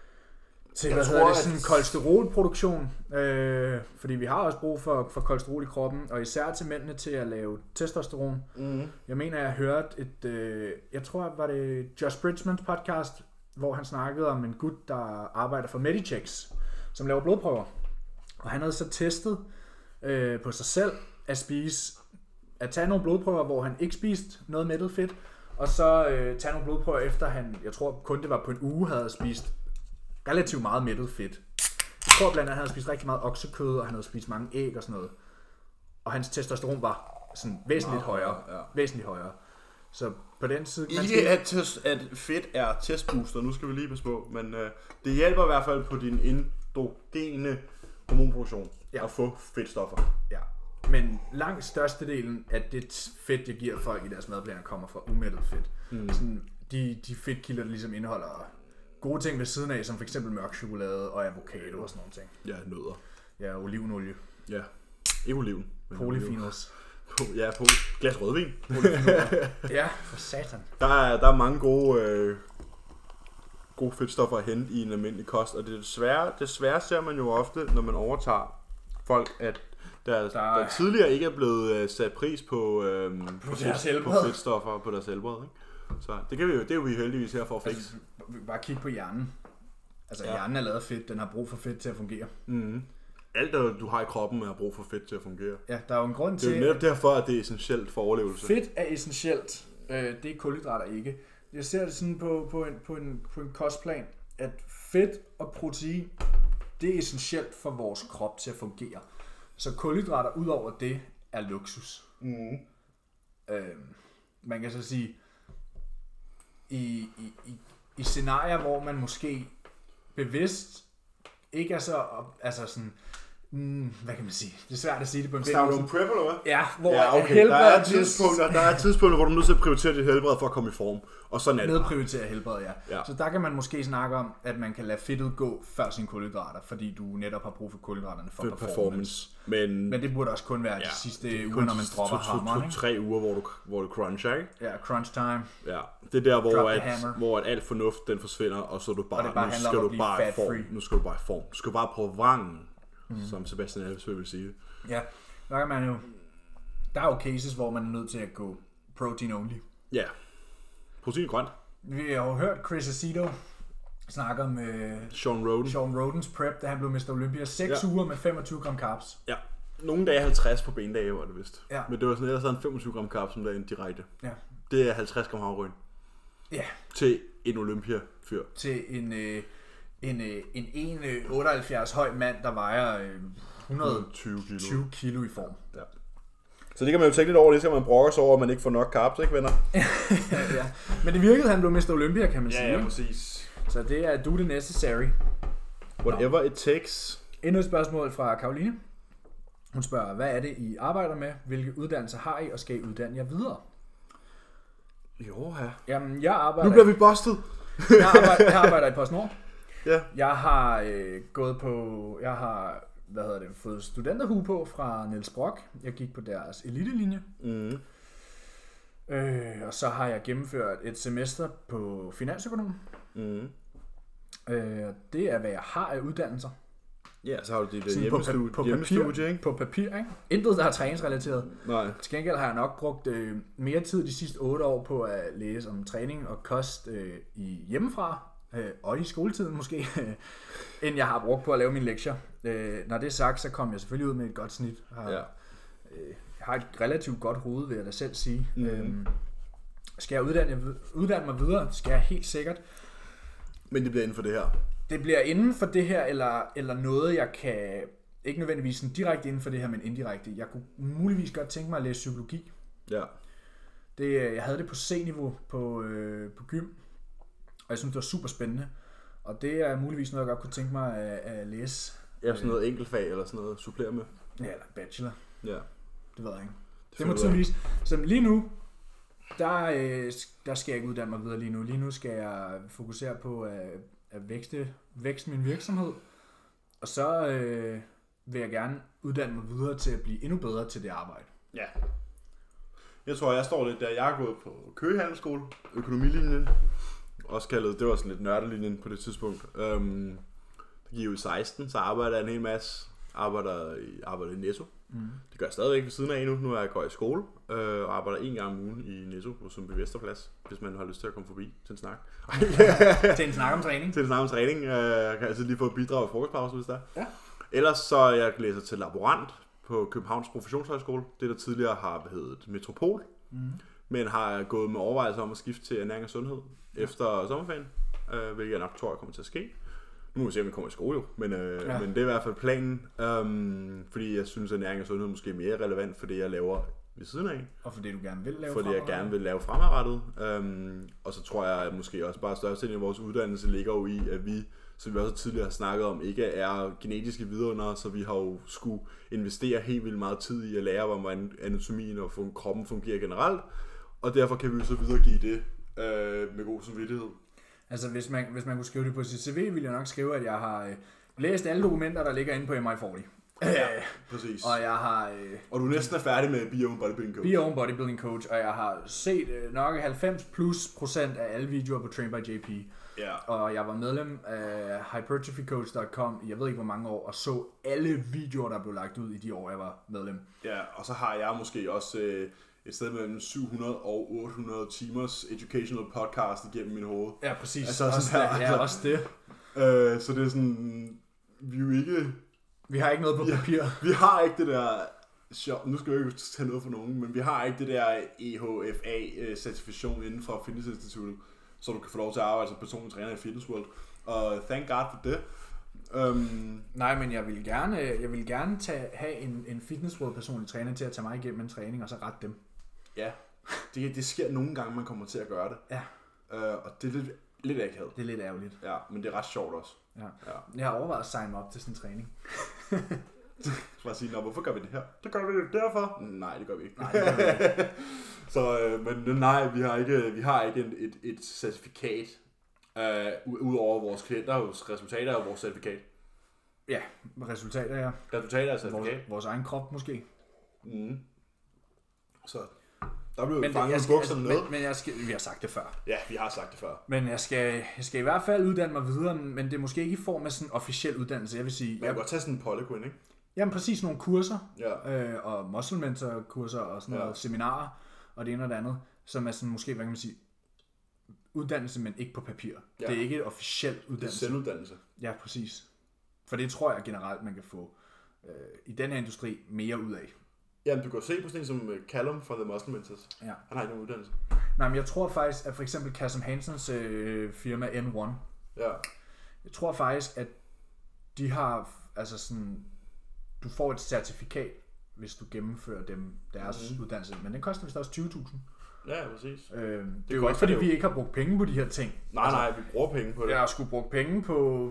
kolesterolproduktion. Fordi vi har også brug for kolesterol i kroppen, og især til mændene til at lave testosteron. Jeg mener, jeg hørte jeg tror, var det Josh Bridgmans podcast, hvor han snakkede om en gut, der arbejder for Medichecks, som laver blodprøver. Og han havde så testet på sig selv at tage nogle blodprøver, hvor han ikke spiste noget mættet fedt, og så tage nogle blodprøver efter jeg tror kun det var på en uge, havde spist relativt meget mættet fedt. Jeg tror blandt andet, han havde spist rigtig meget oksekød, og han havde spist mange æg og sådan noget. Og hans testosteron var sådan væsentligt højere. Ja. Væsentligt højere. Så på den side... Ikke at fedt er testbooster, nu skal vi lige passe på, men det hjælper i hvert fald på din endogene hormonproduktion at få fedtstoffer. Ja. Men langt størstedelen af det fedt, jeg giver folk i deres madplaner, kommer fra umættet fedt. Sådan, de fedtkilder, der ligesom indeholder gode ting ved siden af, som for eksempel mørk chokolade og avocado og sådan nogle ting. Ja, nødder. Ja, olivenolie. Ja, ikke oliven. Polyphenols. Ja, glas rødvin. Ja, for satan. Der er mange gode fedtstoffer at hente i en almindelig kost, og desværre ser man jo ofte, når man overtager folk, at der tidligere ikke er blevet sat pris på fedtstoffer på deres helbred, ikke? Så det er jo vi heldigvis her for at fikse. Bare kig på hjernen. Altså hjernen er lavet fedt, den har brug for fedt til at fungere. alt, hvad du har i kroppen, har brug for fedt til at fungere. Ja, der er jo en grund til... Det er jo netop derfor, at det er essentielt for overlevelse. Fedt er essentielt. Det er kulhydrater ikke. Jeg ser det sådan på en kostplan, at fedt og protein, det er essentielt for vores krop til at fungere. Så kulhydrater ud over det er luksus. Man kan så sige, i scenarier, hvor man måske bevidst ikke er så, altså sådan, hvad kan man sige? Det er svært at sige det på en Snakker du om prep, eller hvad? Ja, hvor okay. Der er tidspunkter, hvor du er nødt til at prioritere dit helbred for at komme i form. Og sådan er det. Nedprioritere helbred, ja. Så der kan man måske snakke om, at man kan lade fedtet gå før sine kulhydrater, fordi du netop har brug for kulhydraterne for performance. Men det burde også kun være de sidste uger, når man dropper hammeren. 3 uger, hvor du cruncher, ikke? Ja, crunch time. Ja, det er der, hvor alt fornuft den forsvinder, og så er du bare, nu skal du bare i form. Du skal bare på vrangen. Som Sebastian Alves vil sige. Ja, der kan man jo... Der er jo cases, hvor man er nødt til at gå protein only. Ja, protein og grønt. Vi har jo hørt Chris Aceto snakke om Sean Rodens prep, da han blev Mr. Olympia. 6 uger med 25 gram carbs. Ja, nogle dage 50 på bendage, var det vist. Ja. Men det var sådan ellers en 25 gram carbs som dagen direkte. Ja. Det er 50 gram havregryn. Ja. Til en Olympia-fyr. Til en 1,78 høj mand, der vejer 120 kilo i form. Ja. Så det kan man jo tænke lidt over, det skal man brokke sig over, at man ikke får nok carbs, ikke venner? Ja. Men det virkede, han blev Mr. Olympia, kan man sige. Ja, præcis. Så det er do the necessary. Whatever it takes. Endnu et spørgsmål fra Karoline. Hun spørger, hvad er det, I arbejder med? Hvilke uddannelser har I, og skal I uddanne jer videre? Jo, ja. Jamen, jeg arbejder... Nu bliver vi busted. jeg arbejder i PostNord. Ja. Jeg har fået studenterhue på fra Niels Brock. Jeg gik på deres elitelinje. Og så har jeg gennemført et semester på finansøkonom. Det er, hvad jeg har af uddannelser. Ja, så har du dit hjemmestudie, ikke? På papir, ikke? Intet, der er træningsrelateret. Nej. Til gengæld har jeg nok brugt mere tid de sidste 8 år på at læse om træning og kost i hjemmefra. Og i skoletiden måske, end jeg har brugt på at lave mine lektier. Når det er sagt, så kom jeg selvfølgelig ud med et godt snit. Jeg har et relativt godt hoved, vil jeg da selv sige. Skal jeg uddanne mig videre? Skal jeg helt sikkert. Men det bliver inden for det her? Det bliver inden for det her, eller noget, jeg kan... Ikke nødvendigvis sådan direkte inden for det her, men indirekte. Jeg kunne muligvis godt tænke mig at læse psykologi. Ja. Jeg havde det på C-niveau på gym. Og jeg synes, det var super spændende. Og det er muligvis noget, jeg godt kunne tænke mig at læse. Ja, sådan noget enkeltfag eller sådan noget, supplere med. Ja, eller bachelor. Ja. Det ved jeg ikke. Det må tiden vise. Så lige nu, der skal jeg ikke uddanne mig videre lige nu. Lige nu skal jeg fokusere på at vækste min virksomhed. Og så vil jeg gerne uddanne mig videre til at blive endnu bedre til det arbejde. Ja. Jeg tror, jeg står lidt der. Jeg er gået på Køge Handelsskole, økonomilinjen. Også kaldet, det var sådan lidt nørdelinjen på det tidspunkt. Det gik jo i 16, så arbejder jeg en hel masse. Arbejder i Netto. Det gør jeg stadigvæk ved siden af nu. Nu er jeg går i skole og arbejder 1 gang om ugen i Netto på Sundby Vesterplads, hvis man har lyst til at komme forbi til en snak. Til en snak om træning. Til en snak om træning. Jeg kan altså lige få et bidrag i frokostpause, hvis der er. Ja. Ellers så jeg læser til laborant på Københavns Professionshøjskole. Det der tidligere har heddet Metropol. Men har gået med overvejelser om at skifte til ernæring og sundhed efter sommerferien, hvilket jeg nok tror, jeg kommer til at ske. Nu må vi se, om vi kommer i skole jo, men det er i hvert fald planen, fordi jeg synes, at ernæring og sundhed måske er mere relevant for det, jeg laver ved siden af. Og for det, du gerne vil lave fremadrettet. Fordi jeg gerne vil lave fremadrettet. Og så tror jeg, at måske også bare størstedelen af vores uddannelse ligger jo i, at vi, som vi også tidligere har snakket om, ikke er genetiske vidundere, så vi har jo skulle investere helt vildt meget tid i at lære, hvordan anatomien og kroppen fungerer generelt. Og derfor kan vi jo så videregive det med god samvittighed. Altså hvis man kunne skrive det på sit CV, ville jeg nok skrive, at jeg har læst alle dokumenter, der ligger inde på MI40. Ja, præcis. Og jeg har... og du næsten er færdig med Be Your Own Bodybuilding Coach. Be Your Own Bodybuilding Coach, og jeg har set nok 90% af alle videoer på Train by JP. Ja. Og jeg var medlem af hypertrophycoach.com i jeg ved ikke hvor mange år, og så alle videoer, der blev lagt ud i de år, jeg var medlem. Ja, og så har jeg måske også et sted mellem 700 og 800 timers educational podcast igennem min hoved. Ja, præcis. Altså, også det. Ja, også det. Så det er sådan, vi er jo ikke Vi har ikke noget på papir. Vi har ikke det der... Nu skal vi ikke tage noget for nogen, men vi har ikke det der EHFA-certifikation inden for Fitnessinstituttet, så du kan få lov til at arbejde som personlig træner i Fitness World. Og thank God for det. Nej, men jeg vil gerne have en Fitness World personlig træner til at tage mig igennem en træning, og så rette dem. Ja, det sker nogle gange, man kommer til at gøre det. Ja. Og det er lidt akavet. Det er lidt ærgerligt. Ja, men det er ret sjovt også. Ja. Jeg har overvejet at signe mig op til sådan en træning. Så bare sige, hvorfor gør vi det her? Det gør vi det derfor? Nej, det gør vi ikke. Nej, det gør vi ikke. Så, men nej, vi har ikke et certifikat. Udover vores klienter, resultater af vores certifikat. Ja, resultater, ja. Resultater af certifikat. Vores egen krop måske. Mm. Så der blev jo fanget bukserne ned. Men vi har sagt det før. Ja, vi har sagt det før. Men jeg skal i hvert fald uddanne mig videre, men det er måske ikke i form af sådan en officiel uddannelse. Jeg vil sige... Men jeg kan godt tage sådan en Poliquin, ikke? Jamen præcis nogle kurser, ja. Og muscle mentor kurser og sådan noget, seminarer og det ene og det andet, som er sådan måske, hvad kan man sige, uddannelse, men ikke på papir. Ja. Det er ikke et officielt uddannelse. Det er selvuddannelse. Ja, præcis. For det tror jeg generelt, man kan få i den her industri mere ud af. Jamen, du kan se på sådan en som Callum fra The Muscle Mentors. Ja. Han har ikke nogen uddannelse. Nej, men jeg tror faktisk, at for eksempel Kasim Hansens firma N1, ja. Jeg tror faktisk, at de har, altså sådan, du får et certifikat, hvis du gennemfører deres uddannelse, men den koster vist også 20.000. Ja, præcis. Det er jo ikke, fordi vi ikke har brugt penge på de her ting. Nej, vi bruger penge på det. Jeg har sgu brugt penge på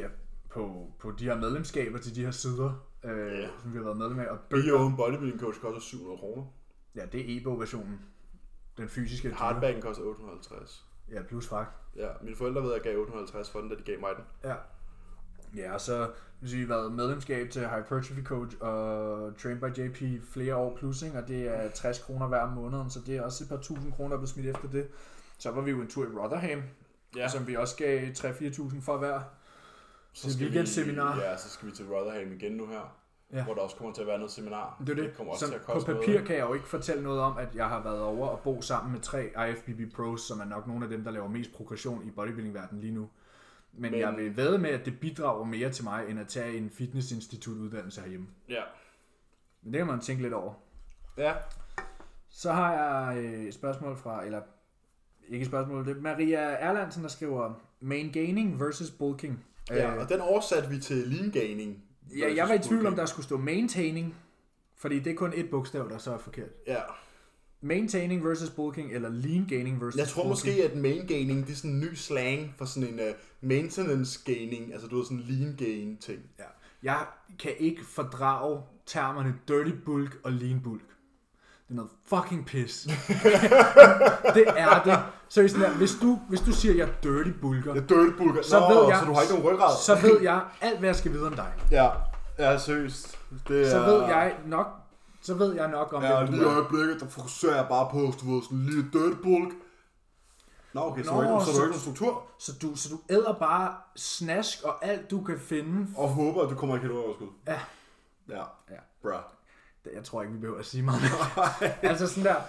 de her medlemskaber til de her sider, som vi har været medlem af. Og Bio Bodybuilding Coach koster 700 kroner. Ja, det er e-bog-versionen. Den fysiske. Hardbacken koster 850. Ja, plus fragt. Ja, mine forældre ved, at jeg gav 850 for den, da de gav mig den. Ja. Ja, og så har vi været medlemskab til Hypertrophy Coach og Trained by JP flere år plus, ikke? Og det er 60 kroner hver måned, så det er også et par tusind kroner, der blev smidt efter det. Så var vi jo en tur i Rotherham, som vi også gav 3-4.000 for hver. Så skal weekendseminar. Ja, så skal vi til Rotherham igen nu her, hvor der også kommer til at være noget seminar. Det kommer også til at koste på papir noget. Kan jeg jo ikke fortælle noget om, at jeg har været over og bo sammen med 3 IFBB Pros, som er nok nogle af dem, der laver mest progression i bodybuilding-verdenen lige nu. Men jeg vil vædde med, at det bidrager mere til mig, end at tage en fitnessinstitut-uddannelse herhjemme. Ja. Men det kan man tænke lidt over. Ja. Så har jeg et spørgsmål fra, eller ikke et spørgsmål, det er Maria Erlandsen, der skriver main gaining versus bulking. Ja, og den oversatte vi til lean gaining. Ja, jeg var i tvivl om, der skulle stå maintaining, fordi det er kun et bogstav, der så er forkert. Ja. Maintaining versus bulking, eller lean gaining versus bulking. Jeg tror måske, at main gaining, det er sådan en ny slang for sådan en maintenance gaining, altså du ved sådan en lean gain ting. Ja. Jeg kan ikke fordrage termerne dirty bulk og lean bulk. Det er noget fucking pis. Det er det. Så sådan der, hvis du siger, at jeg er dirty bulker, så ved jeg, så du har ikke nogen ryggrad. Så ved jeg alt, hvad jeg skal vide om dig. Ja, seriøst. Så ved jeg nok om det. Lige i øjeblikket, der fokuserer jeg bare på, du ved, sådan en lille dirty bulk. Nå, okay, så er du ikke nogen struktur. Så du æder bare snask og alt, du kan finde. Og håber, at du kommer ikke helt overskud. Ja. Bruh. Jeg tror ikke, vi behøver at sige meget mere. Altså sådan der,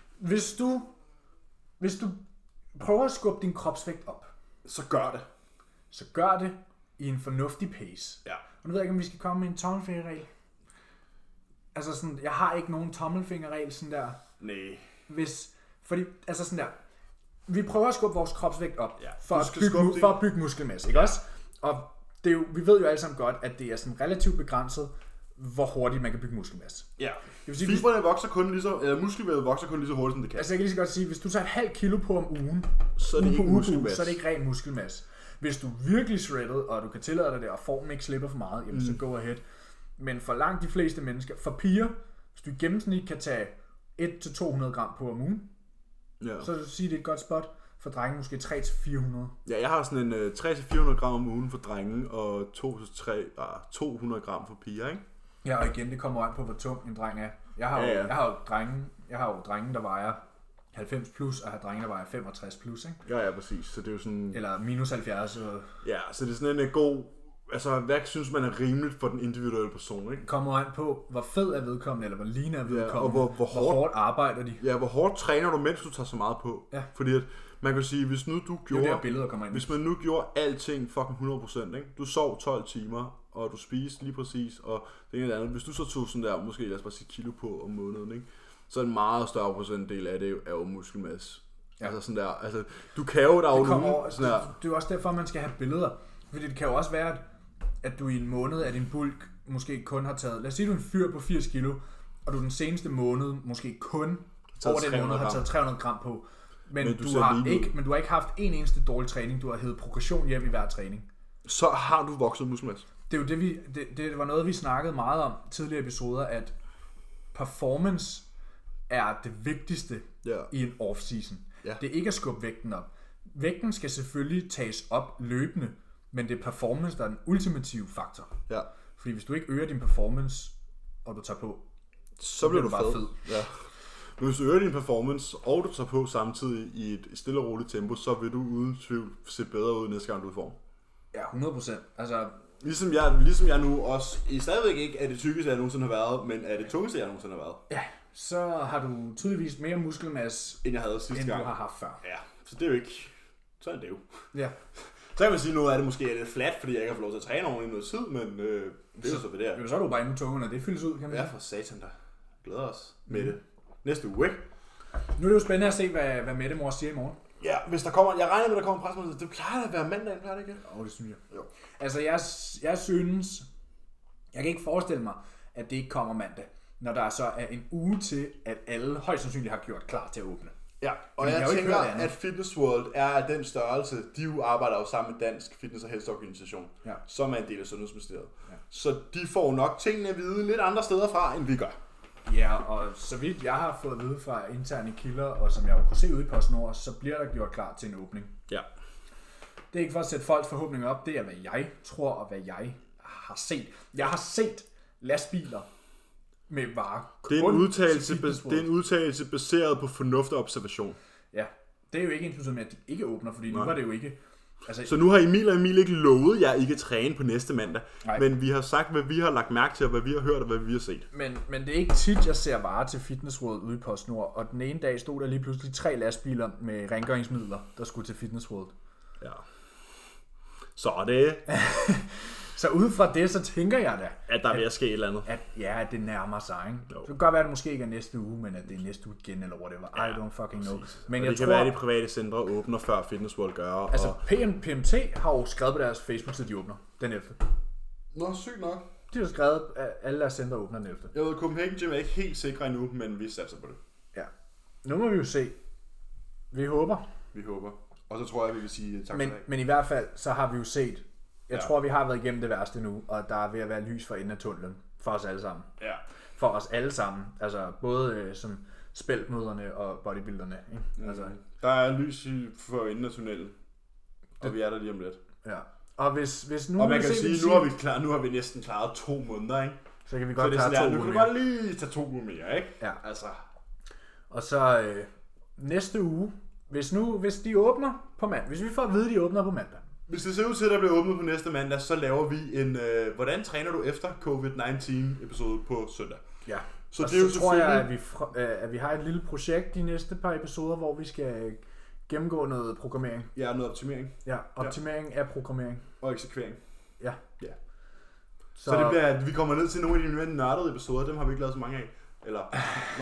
hvis du prøver at skubbe din kropsvægt op, så gør det i en fornuftig pace. Ja. Og nu ved jeg ikke, om vi skal komme med en tommelfingerregel. Altså sådan, jeg har ikke nogen tommelfingerregel sådan der. Nej. Fordi, altså sådan der, vi prøver at skubbe vores kropsvægt op, for at bygge muskelmasse, ikke også? Og det er jo, vi ved jo alle sammen godt, at det er sådan relativt begrænset, hvor hurtigt man kan bygge muskelmasse. Ja. Fibrene vokser kun lige så, muskelvævet vokser kun lige så hurtigt, som det kan. Altså jeg kan lige så godt sige, hvis du tager 0,5 kilo på om ugen, så er det ikke muskelmasse. Så er det ikke ren muskelmasse. Hvis du er virkelig shredded, og du kan tillade dig det, og formen ikke slipper for meget, jamen så go ahead. Men for langt de fleste mennesker, for piger, hvis du i gennemsnit kan tage 1-200 gram på om ugen, så vil du sige, det er et godt spot. For drenge måske 300-400. Ja, jeg har sådan en 300-400 gram om ugen for drenge, og 200 gram for piger, ikke? Ja, og igen, det kommer an på, hvor tung en dreng er. Jeg har jo drenge, der vejer 90 plus, og har drenge, der vejer 65 plus, ikke? Ja, præcis. Så det er jo sådan... Eller minus 70. Ja, så det er sådan en god... Altså, hvad synes man er rimeligt for den individuelle person, ikke? Kommer an på, hvor fed er vedkommende, eller hvor lean er vedkommende, og hvor hårdt arbejder de. Ja, hvor hårdt træner du, mens du tager så meget på. Ja. Fordi at man kan sige, hvis nu du gjorde... Det er der billeder kommer ind. Hvis man nu gjorde alting fucking 100%, ikke? Du sov 12 timer, og du spiste lige præcis, og det ene eller andet. Hvis du så tog sådan der, måske lad os bare sige kilo på om måneden, ikke? Så en meget større procentdel af det er jo muskelmasse. Ja. Altså sådan der, altså du kan jo, der er jo nogen sådan der. Det er jo også derfor, man skal have billeder. Fordi det kan jo også være, at du i en måned af din bulk måske kun har taget, lad os sige, du er en fyr på 80 kilo, og du den seneste måned måske kun over den måned har taget 300 gram på. Men du har ikke haft en eneste dårlig træning, du har hævet progression hjem i hver træning. Så har du vokset muskelmasse. Det er jo det var noget, vi snakkede meget om tidligere episoder, at performance er det vigtigste i en off-season. Yeah. Det er ikke at skubbe vægten op. Vægten skal selvfølgelig tages op løbende, men det er performance, der er den ultimative faktor. Ja. Fordi hvis du ikke øger din performance, og du tager på, så bliver du bare fed. Ja. Men hvis du øger din performance, og du tager på samtidig i et stille og roligt tempo, så vil du uden tvivl se bedre ud næste gang du er i form. Ja, 100%. Altså, ligesom jeg nu også, stadigvæk ikke er det tykkeste, jeg nogensinde har været, men er det tungeste, jeg nogensinde har været. Ja, så har du tydeligvis mere muskelmasse, end jeg havde sidste gang. Du har haft før. Ja, så det er jo ikke, så er det jo. Ja. Så kan man sige, noget af det måske er lidt flat, fordi jeg ikke har fået lov til at træne over i noget tid, men det er jo så ved det her. Jo, så er du bare endnu tungere, når det fyldes ud, kan man sige. Ja, for satan der. Glæder os med det. Næste uge, ikke? Nu er det jo spændende at se, hvad Mette mor siger i morgen. Ja, hvis der kommer, jeg regner med, at der kommer en pressemøde. Det plejer at være mandag, plejer det ikke? Det synes jeg. Jo. Altså, jeg synes, jeg kan ikke forestille mig, at det ikke kommer mandag, når der så er en uge til, at alle højst sandsynligt har gjort klar til at åbne. Ja, og jeg tænker, at Fitness World er af den størrelse, de jo arbejder jo sammen med Dansk Fitness- og Helseorganisation, som er en del af Sundhedsministeriet. Ja. Så de får nok tingene at vide lidt andre steder fra, end vi gør. Ja, og så vidt jeg har fået at vide fra interne kilder, og som jeg jo kunne se ude i PostNord, så bliver der gjort klar til en åbning. Ja. Det er ikke for at sætte folks forhåbninger op, det er hvad jeg tror og hvad jeg har set. Jeg har set lastbiler med varer. Det er en udtalelse baseret på fornuft og observation. Ja, det er jo ikke ensbetydende med, at de ikke åbner, fordi nu var det jo ikke... Altså, så nu har Emil ikke lovet jer ikke at træne på næste mandag. Nej. Men vi har sagt, hvad vi har lagt mærke til, og hvad vi har hørt, og hvad vi har set. Men det er ikke tit, jeg ser varer til Fitness World ude i PostNord, og den ene dag stod der lige pludselig 3 lastbiler med rengøringsmidler, der skulle til Fitness World. Ja. Så er det... Så ud fra det, så tænker jeg da... At der er ved at ske et eller andet. At det nærmer sig, ikke? Så det kan godt være, at det måske ikke er næste uge, men at det er næste uge igen, eller whatever. I don't fucking know. Men det kan være, at de private centre åbner, før Fitness World gør. Altså, PMT har jo skrevet på deres Facebook-side, de åbner den 11. Nå, sygt nok. De har skrevet, at alle deres centre åbner den 11. Jeg ved, Copenhagen Gym er ikke helt sikre endnu, men vi satser på det. Ja. Nu må vi jo se. Vi håber. Og så tror jeg, vi vil sige tak for det. Men i hvert fald, så har vi jo set... Jeg tror, vi har været igennem det værste nu, og der er ved at være lys for enden af tunnelen. For os alle sammen. Ja. For os alle sammen. Altså både som spæltmøderne og bodybuilderne. Ikke? Mm. Altså, der er lys for enden af tunnelen. Og vi er der lige om lidt. Ja. Og hvis nu... Og man kan sige, nu har vi næsten klaret 2 måneder, ikke? Så kan vi godt klare 2 uger mere. Nu kan vi godt lige tage 2 uger mere, ikke? Ja. Altså. Og så næste uge, hvis de åbner på mandag. Hvis vi får at vide, at de åbner på mandag. Hvis det ser ud til, at der bliver åbnet på næste mandag, så laver vi en hvordan træner du efter COVID-19 episode på søndag. Ja. Så og det er jo så tror jeg, at vi har et lille projekt de næste par episoder, hvor vi skal gennemgå noget programmering. Ja, noget optimering. Ja, optimering af programmering. Og eksekvering. Ja. Så det bliver, at vi kommer ned til nogle af de mere nørdede episoder, dem har vi ikke lavet så mange af. Eller,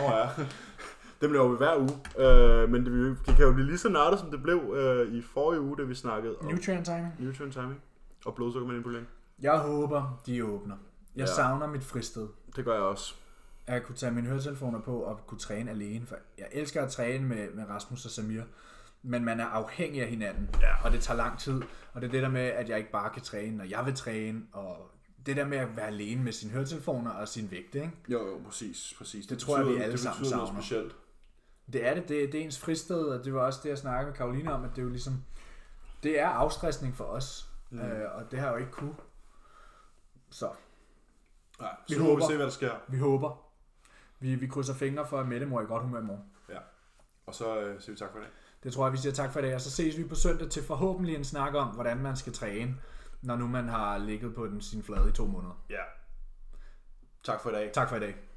dem laver vi hver uge, men det kan jo blive lige så nørdet, som det blev i forrige uge, da vi snakkede om nutrient timing og blodsukkermanipulering. Jeg håber, de åbner. Jeg savner mit fristed. Det gør jeg også. At kunne tage mine høretelefoner på og kunne træne alene. For jeg elsker at træne med Rasmus og Samir, men man er afhængig af hinanden, og det tager lang tid. Og det er det der med, at jeg ikke bare kan træne, når jeg vil træne, og det der med at være alene med sine høretelefoner og sin vægt, ikke? Jo, præcis. Det tror jeg, vi alle sammen savner. Noget specielt. Det er det er ens fristed, og det var også det, jeg snakkede med Karoline om, at det er jo ligesom, det er afstressning for os, og det har jo ikke kunne. Så. Nej, vi håber, se, hvad der sker. Vi håber. Vi krydser fingre for, at Mette mor er i godt humør i morgen. Ja, og så siger vi tak for det. Det tror jeg, vi siger tak for i dag, og så ses vi på søndag til forhåbentlig en snak om, hvordan man skal træne, når nu man har ligget på sin flade i 2 måneder. Ja. Tak for i dag. Tak for i dag.